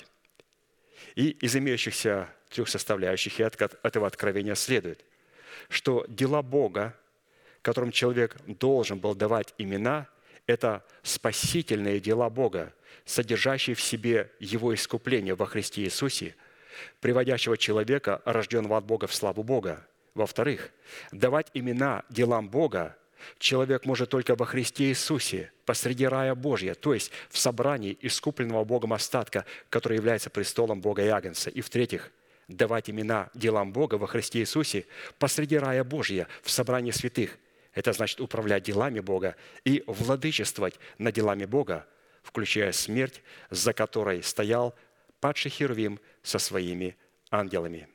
И из имеющихся трех составляющих и от этого откровения следует, что дела Бога, которым человек должен был давать имена, это спасительные дела Бога, содержащие в себе Его искупление во Христе Иисусе, приводящего человека, рожденного от Бога, в славу Бога. Во-вторых, давать имена делам Бога человек может только во Христе Иисусе, посреди рая Божья, то есть в собрании искупленного Богом остатка, который является престолом Бога и Агнца. И в-третьих, давать имена делам Бога во Христе Иисусе посреди рая Божья, в собрании святых. Это значит управлять делами Бога и владычествовать над делами Бога, включая смерть, за которой стоял падший Херувим со своими ангелами.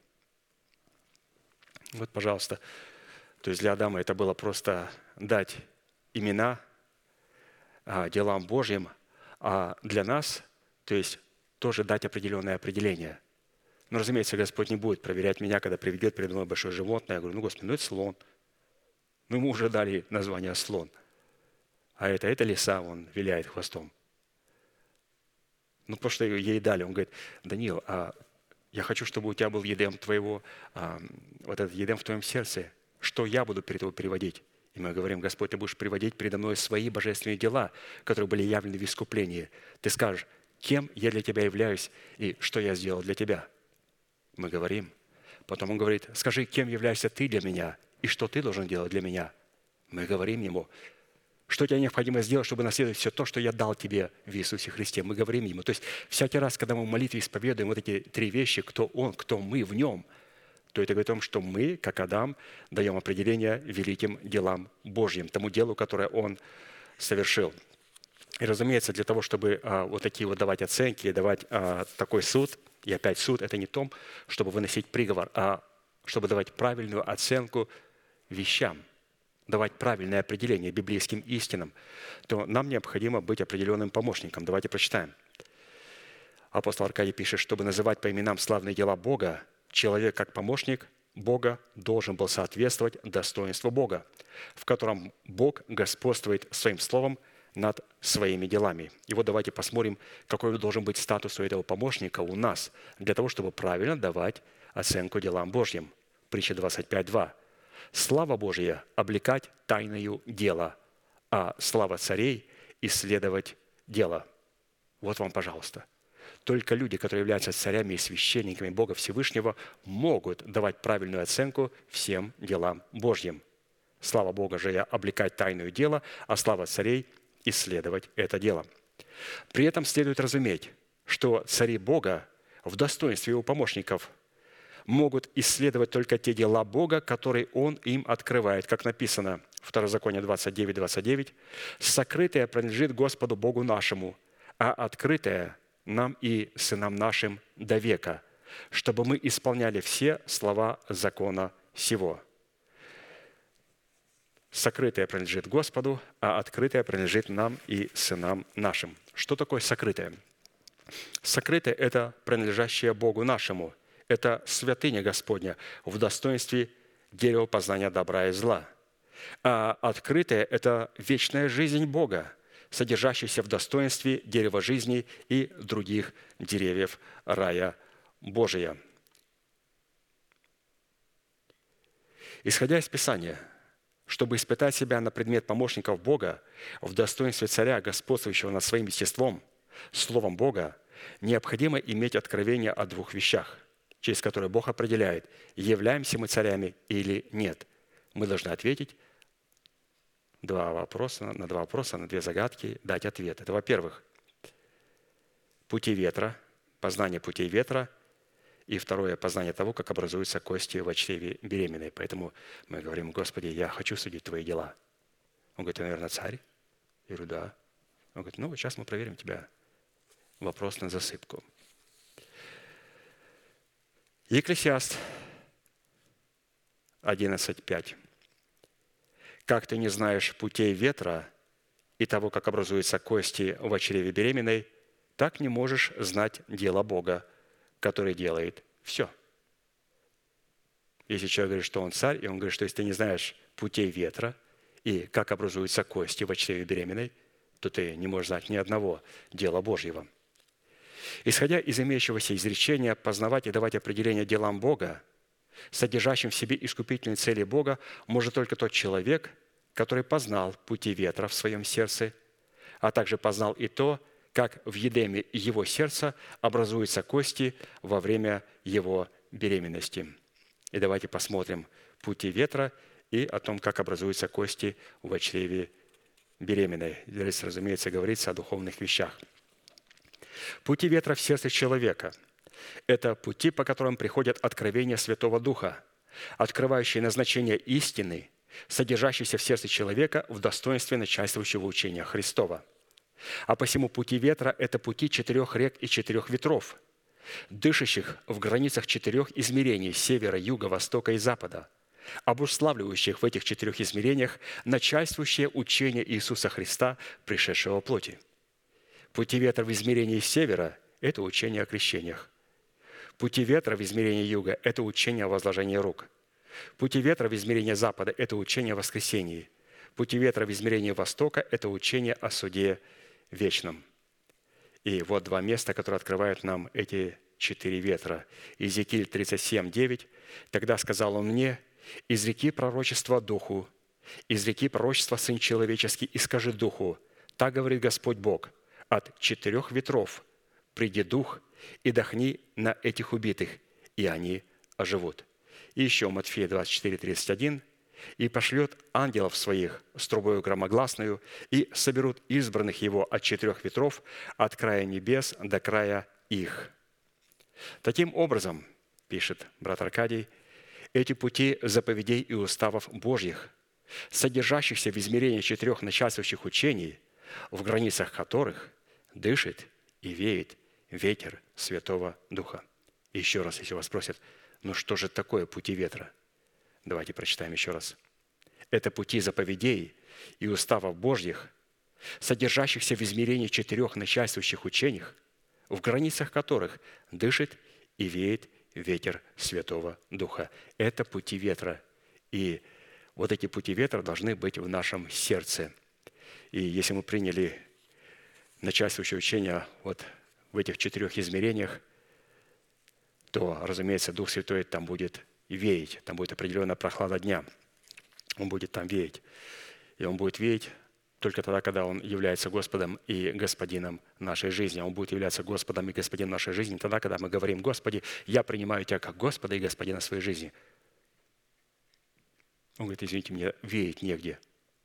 Вот, пожалуйста. То есть для Адама это было просто дать имена а, делам Божьим, а для нас, то есть тоже дать определенное определение. Но, разумеется, Господь не будет проверять меня, когда приведет передо мной большое животное. Я говорю: ну, Господи, ну это слон. Ну, ему уже дали название слон. А это, это лиса, он виляет хвостом. Ну, потому что ей дали. Он говорит: Даниил, а я хочу, чтобы у тебя был едем твоего, а, вот этот едем в твоем сердце. Что я буду перед тобой приводить? И мы говорим: Господь, ты будешь приводить передо мной свои божественные дела, которые были явлены в искуплении. Ты скажешь: кем я для тебя являюсь и что я сделал для тебя? Мы говорим. Потом он говорит: скажи, кем являешься ты для меня и что ты должен делать для меня? Мы говорим ему: что тебе необходимо сделать, чтобы наследовать все то, что я дал тебе в Иисусе Христе. Мы говорим ему. То есть всякий раз, когда мы в молитве исповедуем вот эти три вещи, кто Он, кто мы в Нем, то это говорит о том, что мы, как Адам, даем определение великим делам Божьим, тому делу, которое Он совершил. И, разумеется, для того, чтобы а, вот такие вот давать оценки, давать а, такой суд, и опять суд, это не том, чтобы выносить приговор, а чтобы давать правильную оценку вещам, давать правильное определение библейским истинам, то нам необходимо быть определенным помощником. Давайте прочитаем. Апостол Аркадий пишет: чтобы называть по именам славные дела Бога, человек, как помощник Бога, должен был соответствовать достоинству Бога, в котором Бог господствует своим словом над своими делами. И вот давайте посмотрим, какой должен быть статус у этого помощника у нас, для того, чтобы правильно давать оценку делам Божьим. Притча двадцать пять два. «Слава Божья – облекать тайною дела, а слава царей – исследовать дело». Вот вам, пожалуйста. Только люди, которые являются царями и священниками Бога Всевышнего, могут давать правильную оценку всем делам Божьим. Слава Богу же я облекать тайное дело, а слава царей – исследовать это дело. При этом следует разуметь, что цари Бога в достоинстве его помощников могут исследовать только те дела Бога, которые Он им открывает, как написано в Второзаконие двадцать девять двадцать девять. «Сокрытое принадлежит Господу Богу нашему, а открытое нам и сынам нашим до века, чтобы мы исполняли все слова закона сего». Сокрытое принадлежит Господу, а открытое принадлежит нам и сынам нашим. Что такое сокрытое? Сокрытое – это принадлежащее Богу нашему. Это святыня Господня в достоинстве дерева познания добра и зла. А открытое – это вечная жизнь Бога, содержащаяся в достоинстве дерева жизни и других деревьев рая Божия. Исходя из Писания, чтобы испытать себя на предмет помощников Бога в достоинстве царя, господствующего над своим естеством, Словом Бога, необходимо иметь откровение о двух вещах, через которые Бог определяет, являемся мы царями или нет. Мы должны ответить два вопроса, на два вопроса, на две загадки, дать ответ. Это, во-первых, пути ветра, познание путей ветра, и второе, познание того, как образуются кости в чреве беременной. Поэтому мы говорим: Господи, я хочу судить Твои дела. Он говорит: Ты, наверное, царь? Я говорю: да. Он говорит: ну, вот сейчас мы проверим тебя. Вопрос на засыпку. Екклесиаст одиннадцать пять. «Как ты не знаешь путей ветра и того, как образуются кости в чреве беременной, так не можешь знать дело Бога, который делает все». Если человек говорит, что он царь, и он говорит, что если ты не знаешь путей ветра и как образуются кости в чреве беременной, то ты не можешь знать ни одного дела Божьего. Исходя из имеющегося изречения познавать и давать определение делам Бога, содержащим в себе искупительные цели Бога, может только тот человек, который познал пути ветра в своем сердце, а также познал и то, как в едеме его сердца образуются кости во время его беременности. И давайте посмотрим пути ветра и о том, как образуются кости в чреве беременной. Здесь, разумеется, говорится о духовных вещах. Пути ветра в сердце человека – это пути, по которым приходят откровения Святого Духа, открывающие назначение истины, содержащейся в сердце человека в достоинстве начальствующего учения Христова. А посему пути ветра – это пути четырех рек и четырех ветров, дышащих в границах четырех измерений – севера, юга, востока и запада, обуславливающих в этих четырех измерениях начальствующее учение Иисуса Христа, пришедшего в плоти. Пути ветра в измерении севера – это учение о крещениях. Пути ветра в измерении юга – это учение о возложении рук. Пути ветра в измерении запада – это учение о воскресении. Пути ветра в измерении востока – это учение о суде вечном. И вот два места, которые открывают нам эти четыре ветра. Иезекииль тридцать семь девять. «Тогда сказал он мне: изреки пророчество духу, изреки пророчество сын человеческий, и скажи духу: так говорит Господь Бог, от четырех ветров приди дух и дохни на этих убитых, и они оживут». И еще Матфея двадцать четыре тридцать один. «И пошлет ангелов своих с трубою громогласною, и соберут избранных его от четырех ветров, от края небес до края их». Таким образом, пишет брат Аркадий, эти пути заповедей и уставов Божьих, содержащихся в измерении четырех начальствующих учений, в границах которых дышит и веет ветер Святого Духа. И еще раз, если вас спросят: ну что же такое пути ветра? Давайте прочитаем еще раз. Это пути заповедей и уставов Божьих, содержащихся в измерении четырех начальствующих учениях, в границах которых дышит и веет ветер Святого Духа. Это пути ветра. И вот эти пути ветра должны быть в нашем сердце. И если мы приняли начальствующее учение вот в этих четырех измерениях, то, разумеется, Дух Святой там будет веять, там будет определенная прохлада дня. Он будет там веять. И Он будет веять только тогда, когда Он является Господом и Господином нашей жизни. Он будет являться Господом и Господином нашей жизни тогда, когда мы говорим: «Господи, я принимаю Тебя как Господа и Господина своей жизни». Он говорит: извините, мне веять негде.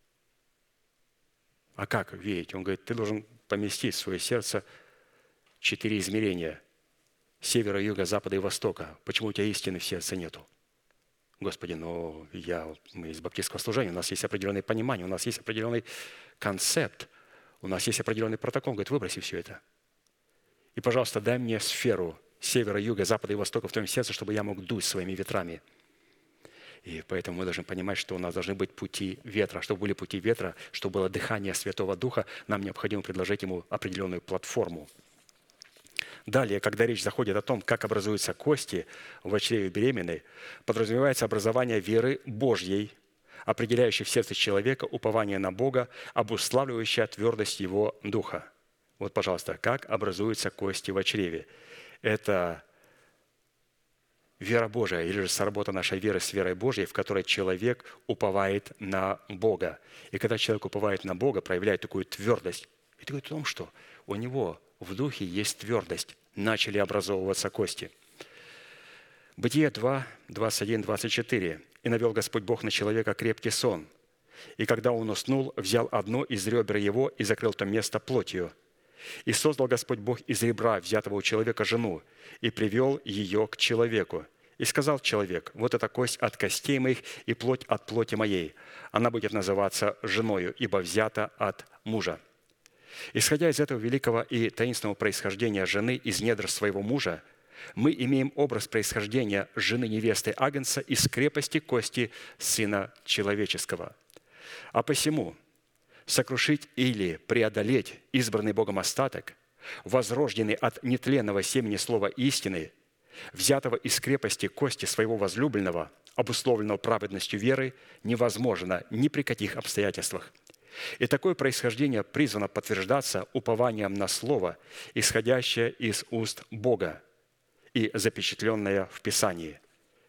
А как веять? Он говорит: ты должен поместить в свое сердце четыре измерения: севера, юга, запада и востока. Почему у тебя истины в сердце нету? Господи, но я, мы из баптистского служения, у нас есть определенное понимание, у нас есть определенный концепт, у нас есть определенный протокол. Он говорит: выброси все это. И, пожалуйста, дай мне сферу севера, юга, запада и востока в твоем сердце, чтобы я мог дуть своими ветрами. И поэтому мы должны понимать, что у нас должны быть пути ветра. Чтобы были пути ветра, чтобы было дыхание Святого Духа, нам необходимо предложить Ему определенную платформу. Далее, когда речь заходит о том, как образуются кости в чреве беременной, подразумевается образование веры Божьей, определяющей в сердце человека упование на Бога, обуславливающее твердость его духа. Вот, пожалуйста, как образуются кости в чреве. Это вера Божия, или же сработа нашей веры с верой Божьей, в которой человек уповает на Бога. И когда человек уповает на Бога, проявляет такую твердость, это говорит о том, что у него в духе есть твердость, начали образовываться кости. Бытие два, двадцать один, двадцать четыре. «И навел Господь Бог на человека крепкий сон. И когда он уснул, взял одно из ребер его и закрыл то место плотью. И создал Господь Бог из ребра, взятого у человека, жену, и привел ее к человеку. И сказал человек: вот эта кость от костей моих и плоть от плоти моей. Она будет называться женою, ибо взята от мужа». Исходя из этого великого и таинственного происхождения жены из недр своего мужа, мы имеем образ происхождения жены невесты Агнца из крепости кости Сына Человеческого. А посему сокрушить или преодолеть избранный Богом остаток, возрожденный от нетленного семени слова истины, взятого из крепости кости своего возлюбленного, обусловленного праведностью веры, невозможно ни при каких обстоятельствах. И такое происхождение призвано подтверждаться упованием на слово, исходящее из уст Бога и запечатленное в Писании.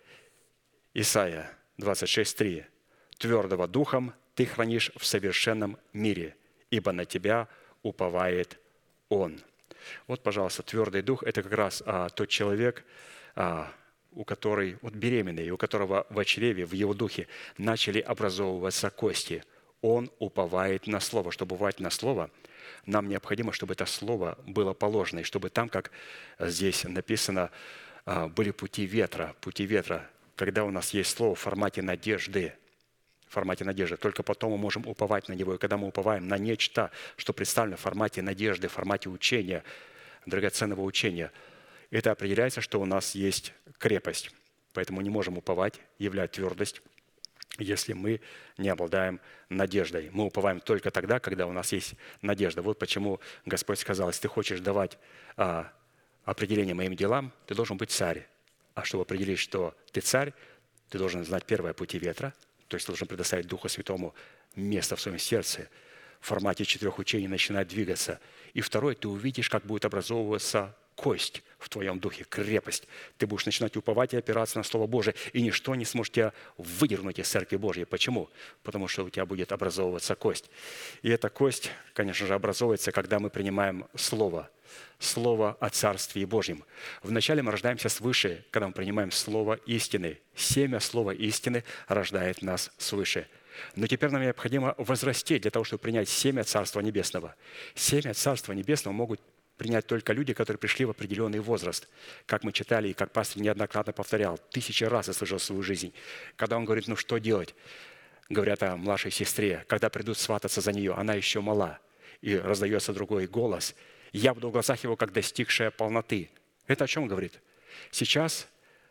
Исайя двадцать шесть, три. «Твердого духом ты хранишь в совершенном мире, ибо на тебя уповает Он». Вот, пожалуйста, твердый дух – это как раз а, тот человек, а, у которой вот беременный, у которого в чреве, в его духе начали образовываться кости. Он уповает на Слово. Чтобы уповать на Слово, нам необходимо, чтобы это Слово было положено, и чтобы там, как здесь написано, были пути ветра, пути ветра, когда у нас есть Слово в формате надежды, в формате надежды. Только потом мы можем уповать на него. И когда мы уповаем на нечто, что представлено в формате надежды, в формате учения, драгоценного учения, это определяется, что у нас есть крепость. Поэтому не можем уповать, являть твердость, если мы не обладаем надеждой. Мы уповаем только тогда, когда у нас есть надежда. Вот почему Господь сказал: если ты хочешь давать а, определение моим делам, ты должен быть царь. А чтобы определить, что ты царь, ты должен знать первое пути ветра, то есть должен предоставить Духу Святому место в своем сердце, в формате четырех учений начинать двигаться. И второе, ты увидишь, как будет образовываться кость в твоем духе, крепость. Ты будешь начинать уповать и опираться на Слово Божие, и ничто не сможет тебя выдернуть из Церкви Божьей. Почему? Потому что у тебя будет образовываться кость. И эта кость, конечно же, образовывается, когда мы принимаем Слово. Слово о Царстве Божьем. Вначале мы рождаемся свыше, когда мы принимаем Слово истины. Семя Слова истины рождает нас свыше. Но теперь нам необходимо возрасти для того, чтобы принять семя Царства Небесного. Семя Царства Небесного могут принять только люди, которые пришли в определенный возраст. Как мы читали, и как пастор неоднократно повторял, тысячи раз я слышал свою жизнь. Когда он говорит: ну что делать? Говорят о младшей сестре. Когда придут свататься за нее, она еще мала. И раздается другой голос: я буду в глазах его, как достигшая полноты. Это о чем говорит? Сейчас,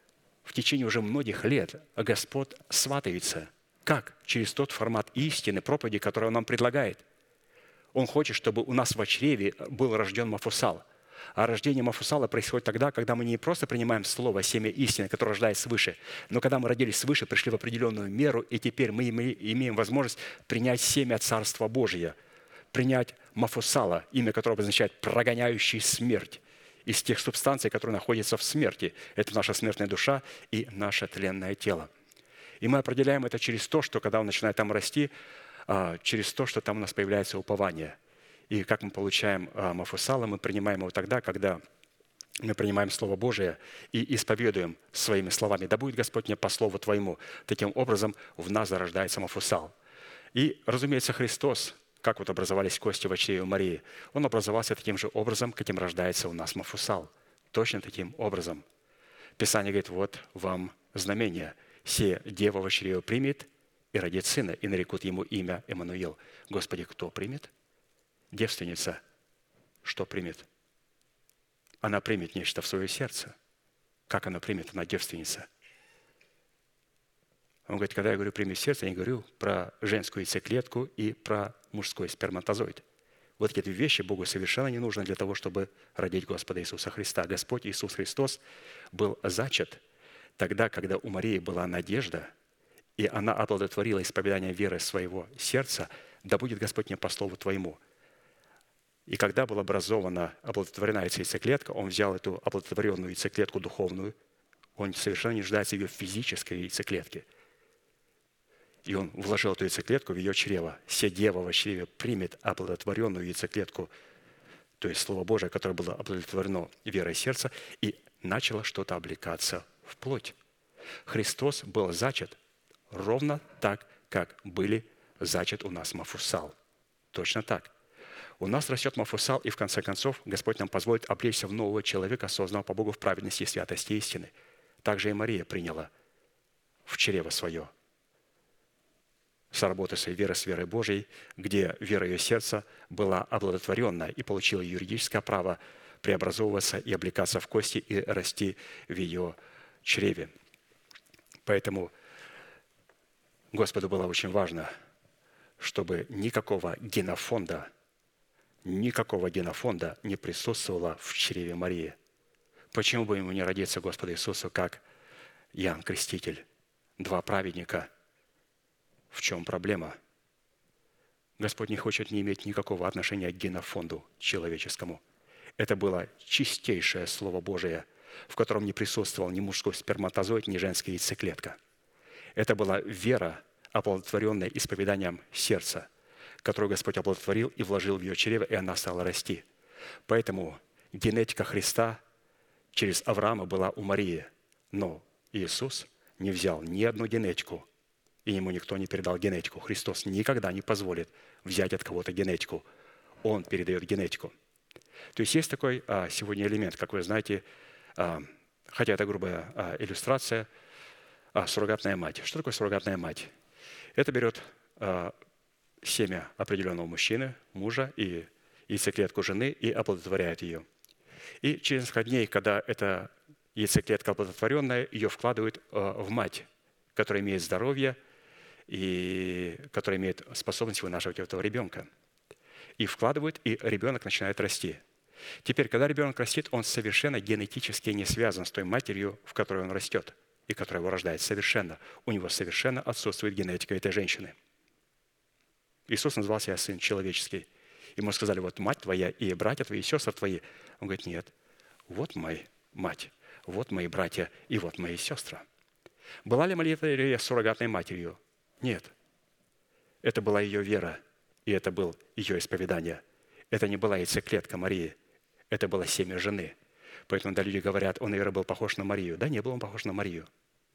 в течение уже многих лет, Господь сватается. Как? Через тот формат истины, проповеди, который Он нам предлагает. Он хочет, чтобы у нас в чреве был рожден Мафусал. А рождение Мафусала происходит тогда, когда мы не просто принимаем слово, семя истины, которое рождается свыше, но когда мы родились свыше, пришли в определенную меру, и теперь мы имеем возможность принять семя Царства Божия, принять Мафусала, имя которого обозначает «прогоняющий смерть», из тех субстанций, которые находятся в смерти. Это наша смертная душа и наше тленное тело. И мы определяем это через то, что когда он начинает там расти, через то, что там у нас появляется упование. И как мы получаем Мафусала, мы принимаем его тогда, когда мы принимаем Слово Божие и исповедуем своими словами: «Да будет Господь мне по Слову Твоему». Таким образом в нас зарождается Мафусал. И, разумеется, Христос, как вот образовались кости в чреве Марии, он образовался таким же образом, каким рождается у нас Мафусал. Точно таким образом. Писание говорит: вот вам знамение. Се дева во чреве примет и родит сына, и нарекут ему имя Эммануил. Господи, кто примет? Девственница. Что примет? Она примет нечто в свое сердце. Как она примет? Она девственница. Он говорит, когда я говорю «примет в сердце», я не говорю про женскую яйцеклетку и про мужской сперматозоид. Вот эти вещи Богу совершенно не нужны для того, чтобы родить Господа Иисуса Христа. Господь Иисус Христос был зачат тогда, когда у Марии была надежда, и она оплодотворила исповедание веры своего сердца: «Да будет Господь мне по слову Твоему». И когда была образована, оплодотворена яйцеклетка, он взял эту оплодотворенную яйцеклетку духовную, он совершенно не нуждается в ее физической яйцеклетке. И он вложил эту яйцеклетку в ее чрево. «Се дева во чреве примет оплодотворенную яйцеклетку», то есть Слово Божие, которое было оплодотворено верой сердца, и начало что-то облекаться в плоть. Христос был зачат ровно так, как были зачат у нас Мафусал. Точно так. У нас растет Мафусал, и в конце концов Господь нам позволит облечься в нового человека, созданного по Богу в праведности и святости истины. Также и Мария приняла в чрево свое соработы своей веры с верой Божией, где вера ее сердца была оплодотворенная и получила юридическое право преобразовываться и облекаться в кости и расти в ее чреве. Поэтому Господу было очень важно, чтобы никакого генофонда, никакого генофонда не присутствовало в чреве Марии. Почему бы ему не родиться Господу Иисусу, как Иоанн Креститель? Два праведника. В чем проблема? Господь не хочет не иметь никакого отношения к генофонду человеческому. Это было чистейшее Слово Божие, в котором не присутствовал ни мужской сперматозоид, ни женская яйцеклетка. Это была вера, оплодотворенная исповеданием сердца, которую Господь оплодотворил и вложил в ее чрево, и она стала расти. Поэтому генетика Христа через Авраама была у Марии, но Иисус не взял ни одну генетику, и ему никто не передал генетику. Христос никогда не позволит взять от кого-то генетику. Он передает генетику. То есть есть такой а, сегодня элемент, как вы знаете, а, хотя это грубая а, иллюстрация, а, суррогатная мать. Что такое суррогатная мать? Это берет а, семя определенного мужчины, мужа и яйцеклетку жены и оплодотворяет ее. И через несколько дней, когда эта яйцеклетка оплодотворенная, ее вкладывают а, в мать, которая имеет здоровье и которая имеет способность вынашивать этого ребенка. И вкладывают, и ребенок начинает расти. Теперь, когда ребенок растет, он совершенно генетически не связан с той матерью, в которой он растет и которая его рождает. Совершенно. У него совершенно отсутствует генетика этой женщины. Иисус назвал себя Сын Человеческий. Ему сказали: вот мать твоя и братья твои, и сестры твои. Он говорит: нет, вот моя мать, вот мои братья и вот мои сестры. Была ли Мария суррогатной матерью? Нет. Это была ее вера, и это было ее исповедание. Это не была яйцеклетка Марии, это было семя жены. Поэтому, когда люди говорят, он, наверное, был похож на Марию. Да, не был он похож на Марию.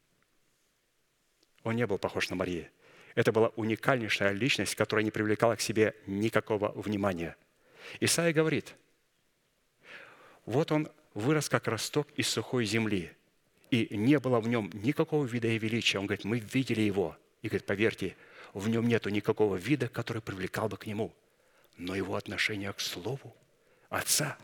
Он не был похож на Марию. Это была уникальнейшая личность, которая не привлекала к себе никакого внимания. Исаия говорит: вот он вырос, как росток из сухой земли, и не было в нем никакого вида и величия. Он говорит: мы видели его. И говорит: поверьте, в нем нету никакого вида, который привлекал бы к нему. Но его отношение к Слову Отца,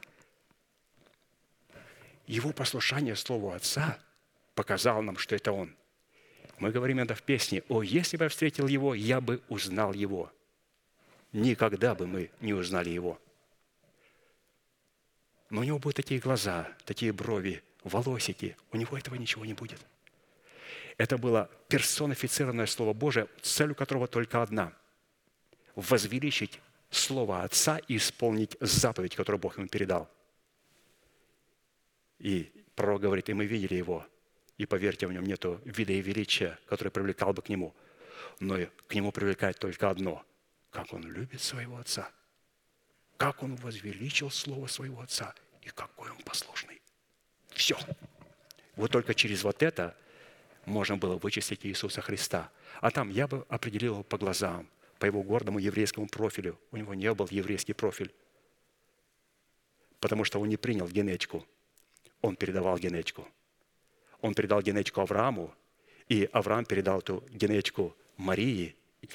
его послушание Слову Отца показало нам, что это он. Мы говорим это в песне: «О, если бы я встретил его, я бы узнал его». Никогда бы мы не узнали его. Но у него будут такие глаза, такие брови, волосики. У него этого ничего не будет. Это было персонифицированное Слово Божие, целью которого только одна – возвеличить Слово Отца и исполнить заповедь, которую Бог ему передал. И пророк говорит, и мы видели его, и поверьте, в нем нет вида и величия, который привлекал бы к нему. Но к нему привлекает только одно – как он любит своего Отца, как он возвеличил Слово своего Отца и какой он послушный. Все. Вот только через вот это можно было вычислить Иисуса Христа. А там я бы определил его по глазам, по его гордому еврейскому профилю. У него не был еврейский профиль, потому что он не принял генетику. Он передавал генетику. Он передал генетику Аврааму, и Авраам передал эту генетику Марии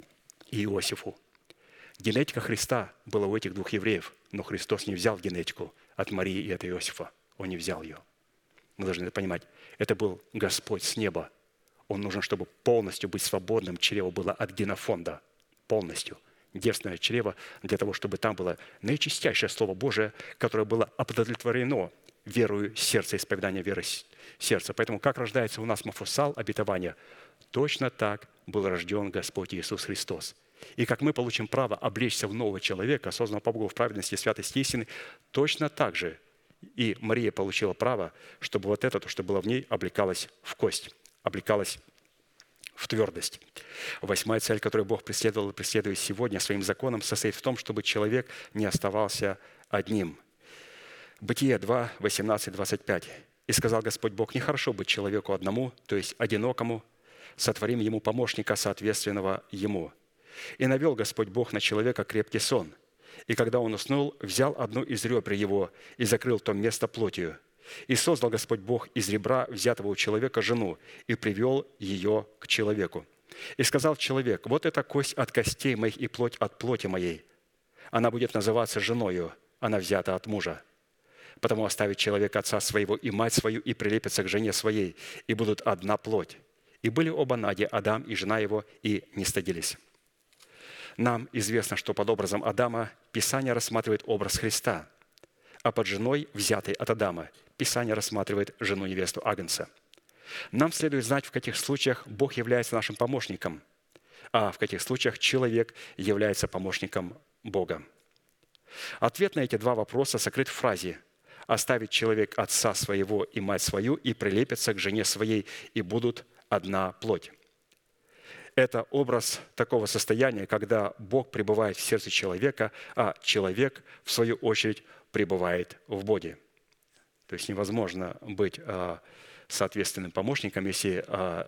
и Иосифу. Генетика Христа была у этих двух евреев, но Христос не взял генетику от Марии и от Иосифа. Он не взял ее. Мы должны это понимать. Это был Господь с неба. Он нужен, чтобы полностью быть свободным. Чрево было от генофонда. Полностью. Девственное чрево для того, чтобы там было наичистейшее Слово Божие, которое было оплодотворено верою сердца, исповедание веры сердца. Поэтому как рождается у нас Мафусал, обетование, точно так был рожден Господь Иисус Христос. И как мы получим право облечься в нового человека, созданного по Богу в праведности, святости истины, точно так же и Мария получила право, чтобы вот это, то, что было в ней, облекалось в кость, облекалось в твердость. Восьмая цель, которую Бог преследовал и преследует сегодня своим законом, состоит в том, чтобы человек не оставался одним. Бытие два, восемнадцать, двадцать пять. «И сказал Господь Бог, нехорошо быть человеку одному, то есть одинокому, сотворим ему помощника, соответственного ему. И навел Господь Бог на человека крепкий сон. И когда он уснул, взял одну из ребер его и закрыл то место плотью. И создал Господь Бог из ребра взятого у человека жену и привел ее к человеку. И сказал человек, вот эта кость от костей моих и плоть от плоти моей. Она будет называться женою, она взята от мужа. Потому оставит человек отца своего и мать свою и прилепится к жене своей, и будут одна плоть. И были оба наги, Адам и жена его, и не стыдились». Нам известно, что под образом Адама Писание рассматривает образ Христа, а под женой, взятой от Адама, Писание рассматривает жену-невесту Агнца. Нам следует знать, в каких случаях Бог является нашим помощником, а в каких случаях человек является помощником Бога. Ответ на эти два вопроса сокрыт в фразе «Оставит человек отца своего и мать свою, и прилепится к жене своей, и будут одна плоть». Это образ такого состояния, когда Бог пребывает в сердце человека, а человек, в свою очередь, пребывает в Боге. То есть невозможно быть соответственным помощником, если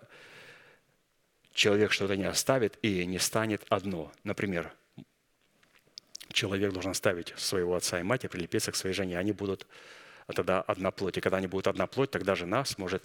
человек что-то не оставит и не станет одно. Например, человек должен оставить своего отца и мать и прилепиться к своей жене. Они будут тогда одна плоть. И когда они будут одна плоть, тогда жена сможет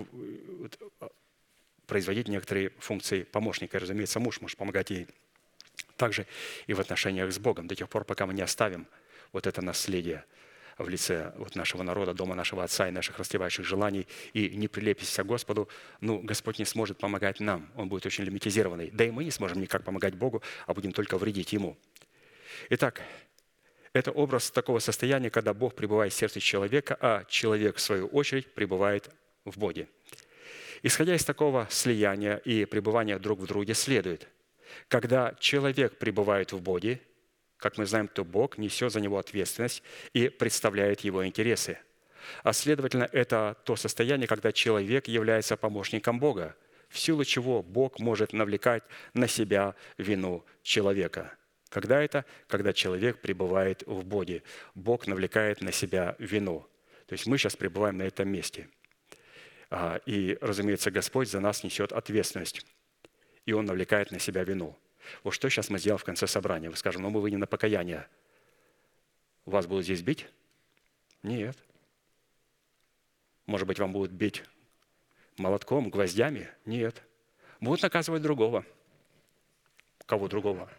производить некоторые функции помощника. И, разумеется, муж может помогать ей. Также и в отношениях с Богом. До тех пор, пока мы не оставим вот это наследие в лице вот нашего народа, дома нашего Отца и наших растлевающих желаний, и не прилепимся к Господу, ну, Господь не сможет помогать нам. Он будет очень лимитизированный. Да и мы не сможем никак помогать Богу, а будем только вредить Ему. Итак, это образ такого состояния, когда Бог пребывает в сердце человека, а человек, в свою очередь, пребывает в Боге. Исходя из такого слияния и пребывания друг в друге следует, когда человек пребывает в Боге, как мы знаем, то Бог несет за него ответственность и представляет его интересы. А следовательно, это то состояние, когда человек является помощником Бога, в силу чего Бог может навлекать на себя вину человека. Когда это? Когда человек пребывает в Боге. Бог навлекает на себя вину. То есть мы сейчас пребываем на этом месте. И, разумеется, Господь за нас несет ответственность, и Он навлекает на себя вину. Вот что сейчас мы сделаем в конце собрания? Вы скажете, ну мы выйдем на покаяние. Вас будут здесь бить? Нет. Может быть, вам будут бить молотком, гвоздями? Нет. Будут наказывать другого. Кого другого?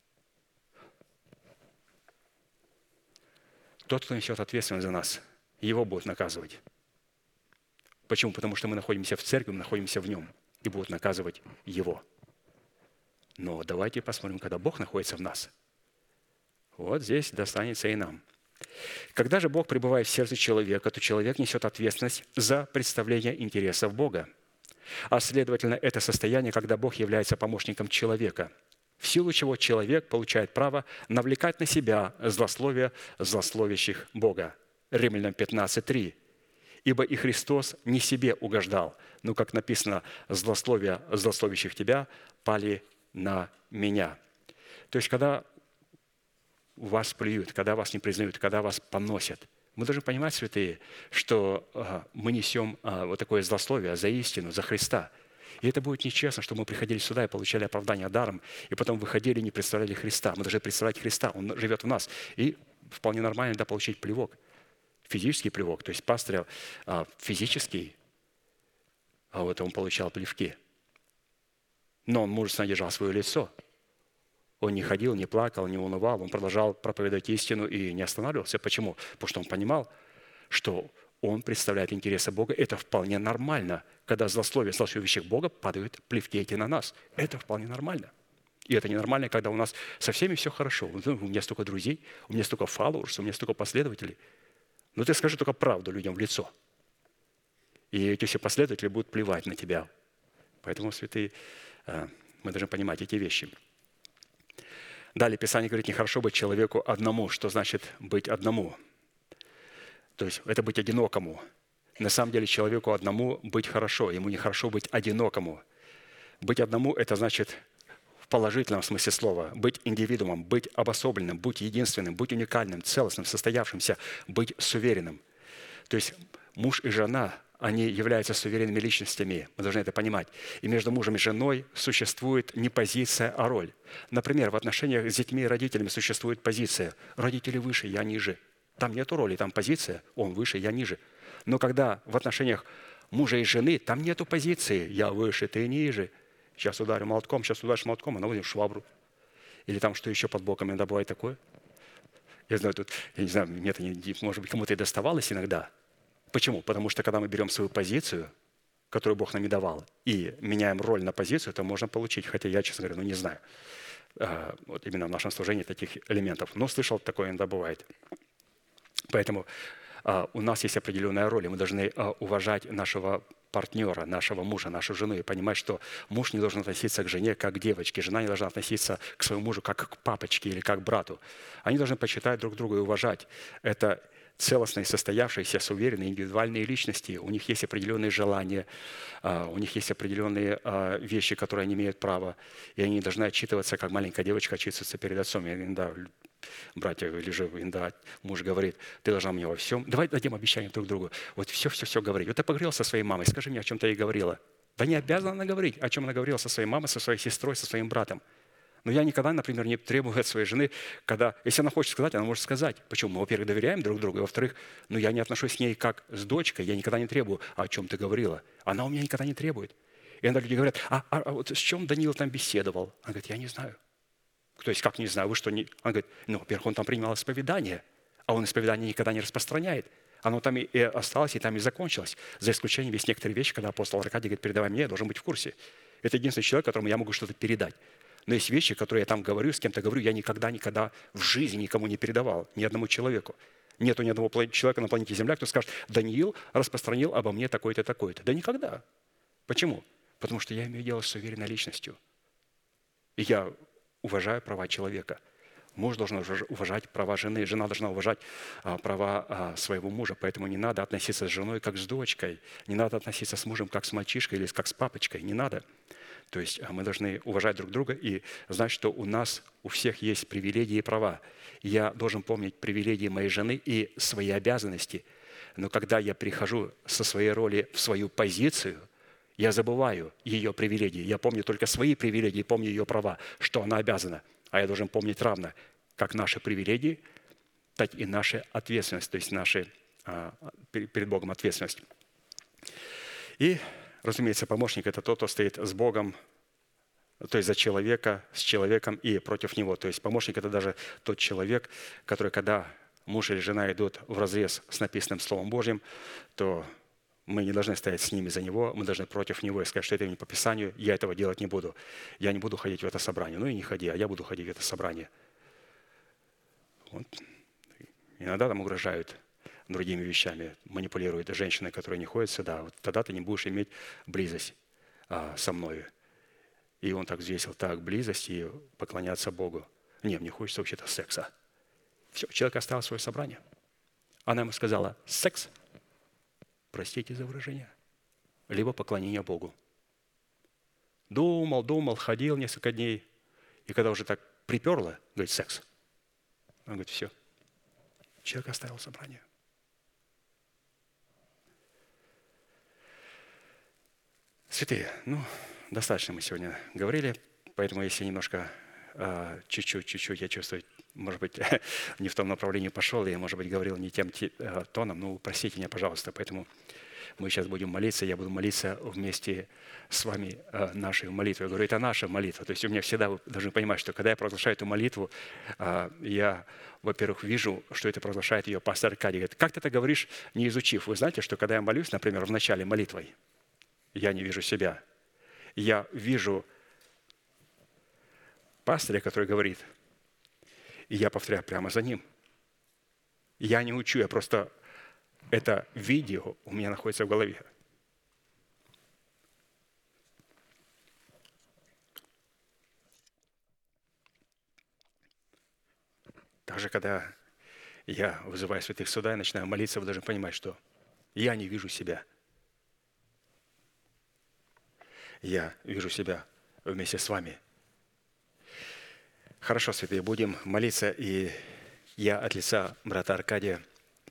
Тот, кто несет ответственность за нас, его будут наказывать. Почему? Потому что мы находимся в церкви, мы находимся в нем, и будут наказывать его. Но давайте посмотрим, когда Бог находится в нас. Вот здесь достанется и нам. Когда же Бог пребывает в сердце человека, то человек несет ответственность за представление интересов Бога. А следовательно, это состояние, когда Бог является помощником человека, в силу чего человек получает право навлекать на себя злословие злословящих Бога. Римлянам пятнадцать три. «Ибо и Христос не себе угождал, но, как написано, злословия злословящих тебя пали на меня». То есть, когда вас плюют, когда вас не признают, когда вас поносят, мы должны понимать, святые, что а, мы несем а, вот такое злословие за истину, за Христа. И это будет нечестно, что мы приходили сюда и получали оправдание даром, и потом выходили и не представляли Христа. Мы должны представлять Христа, Он живет в нас. И вполне нормально, да, получить плевок. Физический плевок, то есть пастырь а, физический, а вот он получал плевки. Но он мужественно держал свое лицо. Он не ходил, не плакал, не унывал, он продолжал проповедовать истину и не останавливался. Почему? Потому что он понимал, что он представляет интересы Бога. Это вполне нормально, когда злословие злословящих Бога падают плевки эти на нас. Это вполне нормально. И это ненормально, когда у нас со всеми все хорошо. У меня столько друзей, у меня столько followers, у меня столько последователей. Но ты скажи только правду людям в лицо. И эти все последователи будут плевать на тебя. Поэтому, святые, мы должны понимать эти вещи. Далее Писание говорит, нехорошо быть человеку одному. Что значит быть одному? То есть это быть одинокому. На самом деле человеку одному быть хорошо, ему нехорошо быть одинокому. Быть одному – это значит в положительном смысле слова быть индивидуумом, быть обособленным, быть единственным, быть уникальным, целостным, состоявшимся, быть суверенным. То есть муж и жена, они являются суверенными личностями, мы должны это понимать. И между мужем и женой существует не позиция, а роль. Например, в отношениях с детьми и родителями существует позиция «родители выше, я ниже». Там нет роли, там позиция «он выше, я ниже». Но когда в отношениях мужа и жены, там нету позиции «я выше, ты ниже». Сейчас ударю молотком, сейчас ударишь молотком, она возьмет швабру. Или там что еще под боком, иногда бывает такое. Я знаю, тут, я не знаю, мне это, не, может быть, кому-то и доставалось иногда. Почему? Потому что когда мы берем свою позицию, которую Бог нам и давал, и меняем роль на позицию, то можно получить, хотя я, честно говоря, ну не знаю, вот именно в нашем служении таких элементов. Но слышал, такое иногда бывает. Поэтому у нас есть определенная роль, и мы должны уважать нашего партнера, нашего мужа, нашу жену, и понимать, что муж не должен относиться к жене как к девочке, жена не должна относиться к своему мужу как к папочке или как к брату. Они должны почитать друг друга и уважать. Это целостные, состоявшиеся, суверенные, индивидуальные личности. У них есть определенные желания, у них есть определенные вещи, которые они имеют право, и они должны отчитываться, как маленькая девочка отчитывается перед отцом. И иногда братья или же иногда муж говорит, ты должна мне во всем. Давай дадим обещание друг другу. Вот все-все-все говорить. Вот ты поговорила со своей мамой, скажи мне, о чем ты ей говорила. Да не обязана она говорить, о чем она говорила со своей мамой, со своей сестрой, со своим братом. Но я никогда, например, не требую от своей жены, когда, если она хочет сказать, она может сказать. Почему? Мы, во-первых, доверяем друг другу, и во-вторых, ну, я не отношусь к ней как с дочкой, я никогда не требую, о чем ты говорила. Она у меня никогда не требует. И иногда люди говорят, а, а, а вот с чем Даниил там беседовал? Она говорит, я не знаю. То есть, как не знаю, вы что, не... Он говорит, ну, во-первых, он там принимал исповедание, а он исповедание никогда не распространяет. Оно там и осталось, и там и закончилось. За исключением есть некоторые вещи, когда апостол Аркадий говорит, передавай мне, я должен быть в курсе. Это единственный человек, которому я могу что-то передать. Но есть вещи, которые я там говорю, с кем-то говорю, я никогда-никогда в жизни никому не передавал, ни одному человеку. Нету ни одного человека на планете Земля, кто скажет, Даниил распространил обо мне такое-то, такое-то. Да никогда. Почему? Потому что я имею дело с уверенной личностью. И я уважаю права человека. Муж должен уважать права жены, жена должна уважать а, права а, своего мужа. Поэтому не надо относиться с женой как с дочкой, не надо относиться с мужем как с мальчишкой или как с папочкой, не надо. То есть мы должны уважать друг друга и знать, что у нас, у всех есть привилегии и права. Я должен помнить привилегии моей жены и свои обязанности. Но когда я прихожу со своей роли в свою позицию, я забываю ее привилегии. Я помню только свои привилегии, помню ее права, что она обязана. А я должен помнить равно, как наши привилегии, так и наша ответственность, то есть наша перед Богом ответственность. И, разумеется, помощник – это тот, кто стоит с Богом, то есть за человека, с человеком и против него. То есть помощник – это даже тот человек, который, когда муж или жена идут вразрез с написанным Словом Божьим, то мы не должны стоять с ними за него, мы должны против него и сказать, что это не по Писанию, я этого делать не буду. Я не буду ходить в это собрание. Ну и не ходи, а я буду ходить в это собрание. Вот. Иногда там угрожают другими вещами, манипулируют женщины, которые не ходят сюда. Вот тогда ты не будешь иметь близость а, со мною. И он так взвесил, так, близость и поклоняться Богу. Не, мне хочется вообще-то секса. Все, человек оставил свое собрание. Она ему сказала, секс, простите за выражение, либо поклонение Богу. Думал, думал, ходил несколько дней. И когда уже так приперло, говорит, секс. Он говорит, все. Человек оставил собрание. Святые, ну, достаточно мы сегодня говорили, поэтому если немножко, а, чуть-чуть, чуть-чуть, я чувствую, может быть, не в том направлении пошел, и, может быть, говорил не тем тоном, ну, простите меня, пожалуйста. Поэтому мы сейчас будем молиться, я буду молиться вместе с вами нашей молитвой. Я говорю, это наша молитва. То есть у меня всегда, вы должны понимать, что когда я провозглашаю эту молитву, я, во-первых, вижу, что это провозглашает ее пастор Аркадий. Говорит, как ты это говоришь, не изучив? Вы знаете, что когда я молюсь, например, в начале молитвой, я не вижу себя. Я вижу пастыря, который говорит, и я повторяю прямо за ним. Я не учу, я просто... Это видео у меня находится в голове. Также, когда я вызываю святых сюда и начинаю молиться, вы должны понимать, что я не вижу себя. Я вижу себя вместе с вами. Хорошо, святые, будем молиться, и я от лица брата Аркадия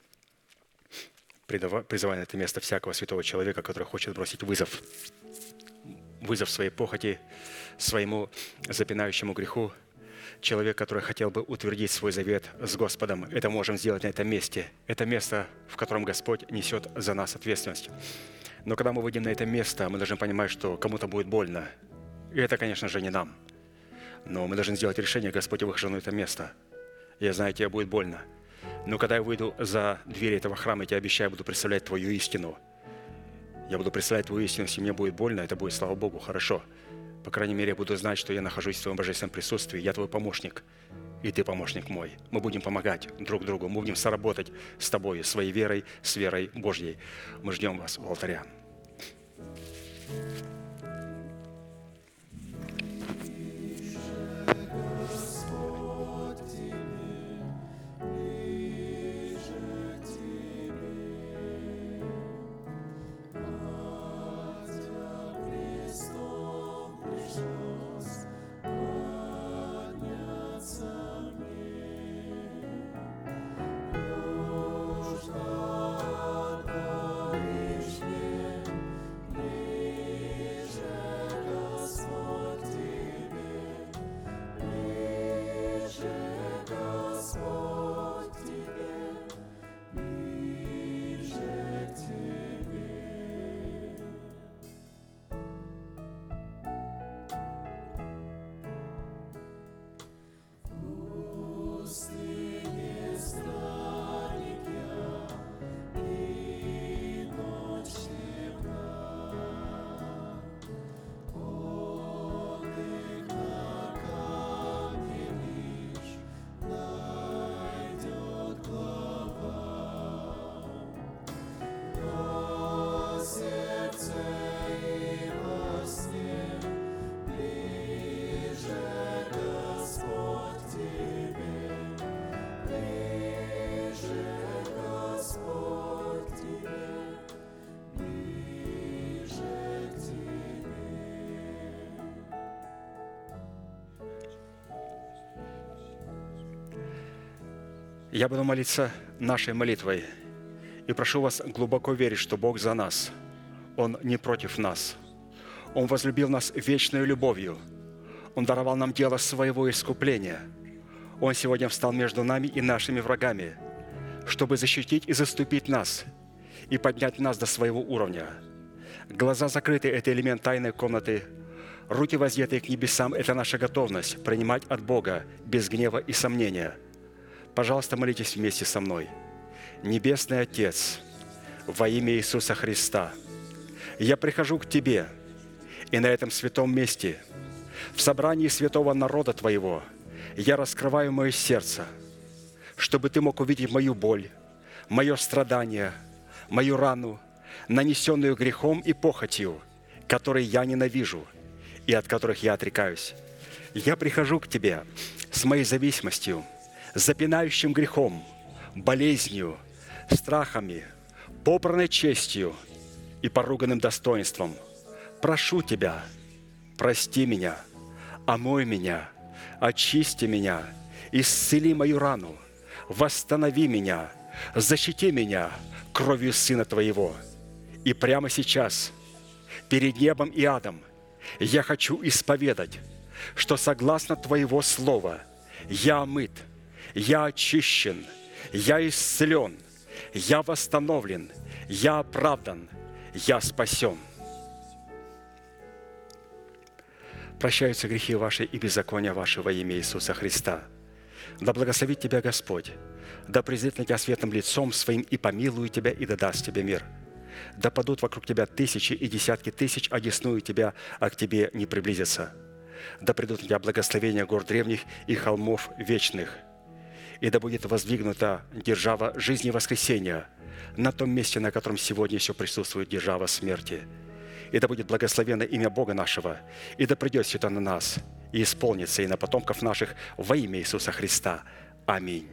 призываю на это место всякого святого человека, который хочет бросить вызов, вызов своей похоти, своему запинающему греху. Человек, который хотел бы утвердить свой завет с Господом, это можем сделать на этом месте. Это место, в котором Господь несет за нас ответственность. Но когда мы выйдем на это место, мы должны понимать, что кому-то будет больно. И это, конечно же, не нам. Но мы должны сделать решение, Господь, я выхожу на это место. Я знаю, тебе будет больно. Но когда я выйду за двери этого храма, я тебе обещаю, буду представлять твою истину. Я буду представлять твою истину, если мне будет больно, это будет, слава Богу, хорошо. По крайней мере, я буду знать, что я нахожусь в твоем божественном присутствии. Я твой помощник, и ты помощник мой. Мы будем помогать друг другу, мы будем соработать с тобой, своей верой, с верой Божьей. Мы ждем вас у алтаря. Я буду молиться нашей молитвой и прошу вас глубоко верить, что Бог за нас. Он не против нас. Он возлюбил нас вечной любовью. Он даровал нам дело своего искупления. Он сегодня встал между нами и нашими врагами, чтобы защитить и заступить нас и поднять нас до своего уровня. Глаза закрыты – это элемент тайной комнаты. Руки воздетые к небесам – это наша готовность принимать от Бога без гнева и сомнения. Пожалуйста, молитесь вместе со мной. Небесный Отец, во имя Иисуса Христа, я прихожу к Тебе, и на этом святом месте, в собрании святого народа Твоего, я раскрываю мое сердце, чтобы Ты мог увидеть мою боль, мое страдание, мою рану, нанесенную грехом и похотью, которые я ненавижу и от которых я отрекаюсь. Я прихожу к Тебе с моей зависимостью, запинающим грехом, болезнью, страхами, попранной честью и поруганным достоинством. Прошу Тебя, прости меня, омой меня, очисти меня, исцели мою рану, восстанови меня, защити меня кровью Сына Твоего. И прямо сейчас, перед небом и адом, я хочу исповедать, что согласно Твоего Слова я омыт, я очищен, я исцелен, я восстановлен, я оправдан, я спасен. Прощаются грехи ваши и беззакония ваши во имя Иисуса Христа. Да благословит тебя Господь, да презрит на тебя светлым лицом своим и помилует тебя, и да даст тебе мир. Да падут вокруг тебя тысячи и десятки тысяч, одесную тебя, а к тебе не приблизятся. Да придут на тебя благословения гор древних и холмов вечных. И да будет воздвигнута держава жизни и воскресения на том месте, на котором сегодня еще присутствует держава смерти. И да будет благословено имя Бога нашего, и да придет все это на нас, и исполнится и на потомков наших во имя Иисуса Христа. Аминь.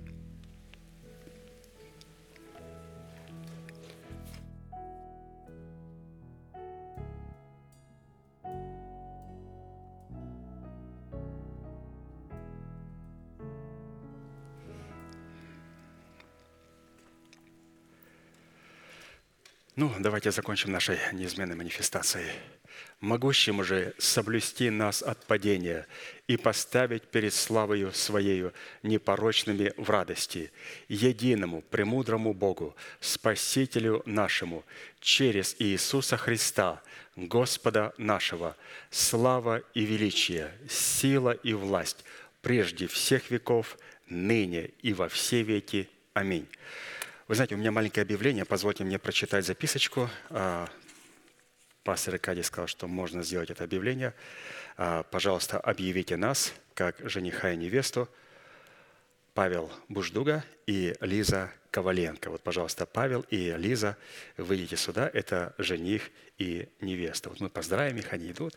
Ну, давайте закончим нашей неизменной манифестацией. «Могущим же соблюсти нас от падения и поставить перед славою Своею непорочными в радости, единому, премудрому Богу, Спасителю нашему, через Иисуса Христа, Господа нашего, слава и величие, сила и власть, прежде всех веков, ныне и во все веки. Аминь». Вы знаете, у меня маленькое объявление, позвольте мне прочитать записочку. Пастор Аркадий сказал, что можно сделать это объявление. Пожалуйста, объявите нас как жениха и невесту Павел Буждуга и Лиза Коваленко. Вот, пожалуйста, Павел и Лиза, выйдите сюда, это жених и невеста. Вот мы поздравим их, они идут.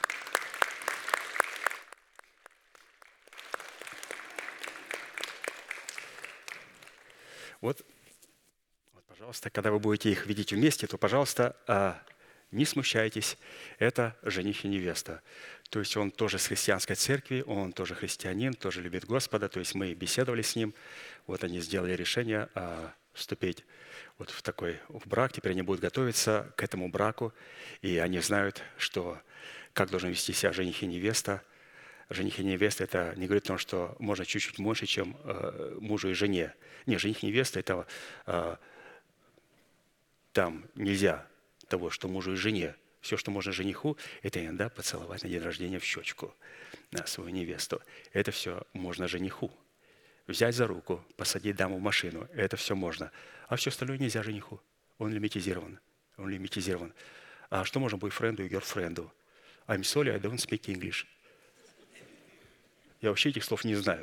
Вот. Пожалуйста, когда вы будете их видеть вместе, то, пожалуйста, не смущайтесь, это жених и невеста. То есть он тоже с христианской церкви, он тоже христианин, тоже любит Господа. То есть мы беседовали с ним, вот они сделали решение вступить вот в такой в брак. Теперь они будут готовиться к этому браку, и они знают, что как должен вести себя жених и невеста. Жених и невеста – это не говорит о том, что можно чуть-чуть больше, чем мужу и жене. Не, жених и невеста – это там нельзя того, что мужу и жене. Все, что можно жениху, это иногда поцеловать на день рождения в щечку на свою невесту. Это все можно жениху. Взять за руку, посадить даму в машину, это все можно. А все остальное нельзя жениху. Он лимитизирован. Он лимитизирован. А что можно бойфренду и герфренду? I'm sorry, I don't speak English. Я вообще этих слов не знаю.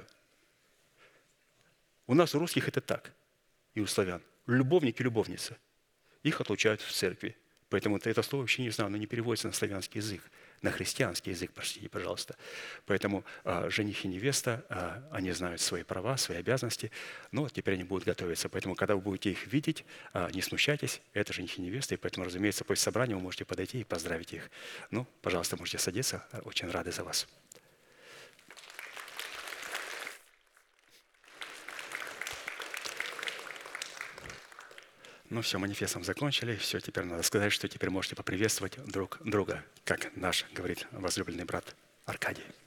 У нас, у русских, это так. И у славян. Любовник и любовница. Их отлучают в церкви. Поэтому это слово вообще не знаю, оно не переводится на славянский язык, на христианский язык, простите, пожалуйста. Поэтому а, жених и невеста, а, они знают свои права, свои обязанности, но вот теперь они будут готовиться. Поэтому, когда вы будете их видеть, а, не смущайтесь, это жених и невеста, и поэтому, разумеется, после собрания вы можете подойти и поздравить их. Ну, пожалуйста, можете садиться, очень рады за вас. Ну все, манифестом закончили. Все, теперь надо сказать, что теперь можете поприветствовать друг друга, как наш, говорит возлюбленный брат Аркадий.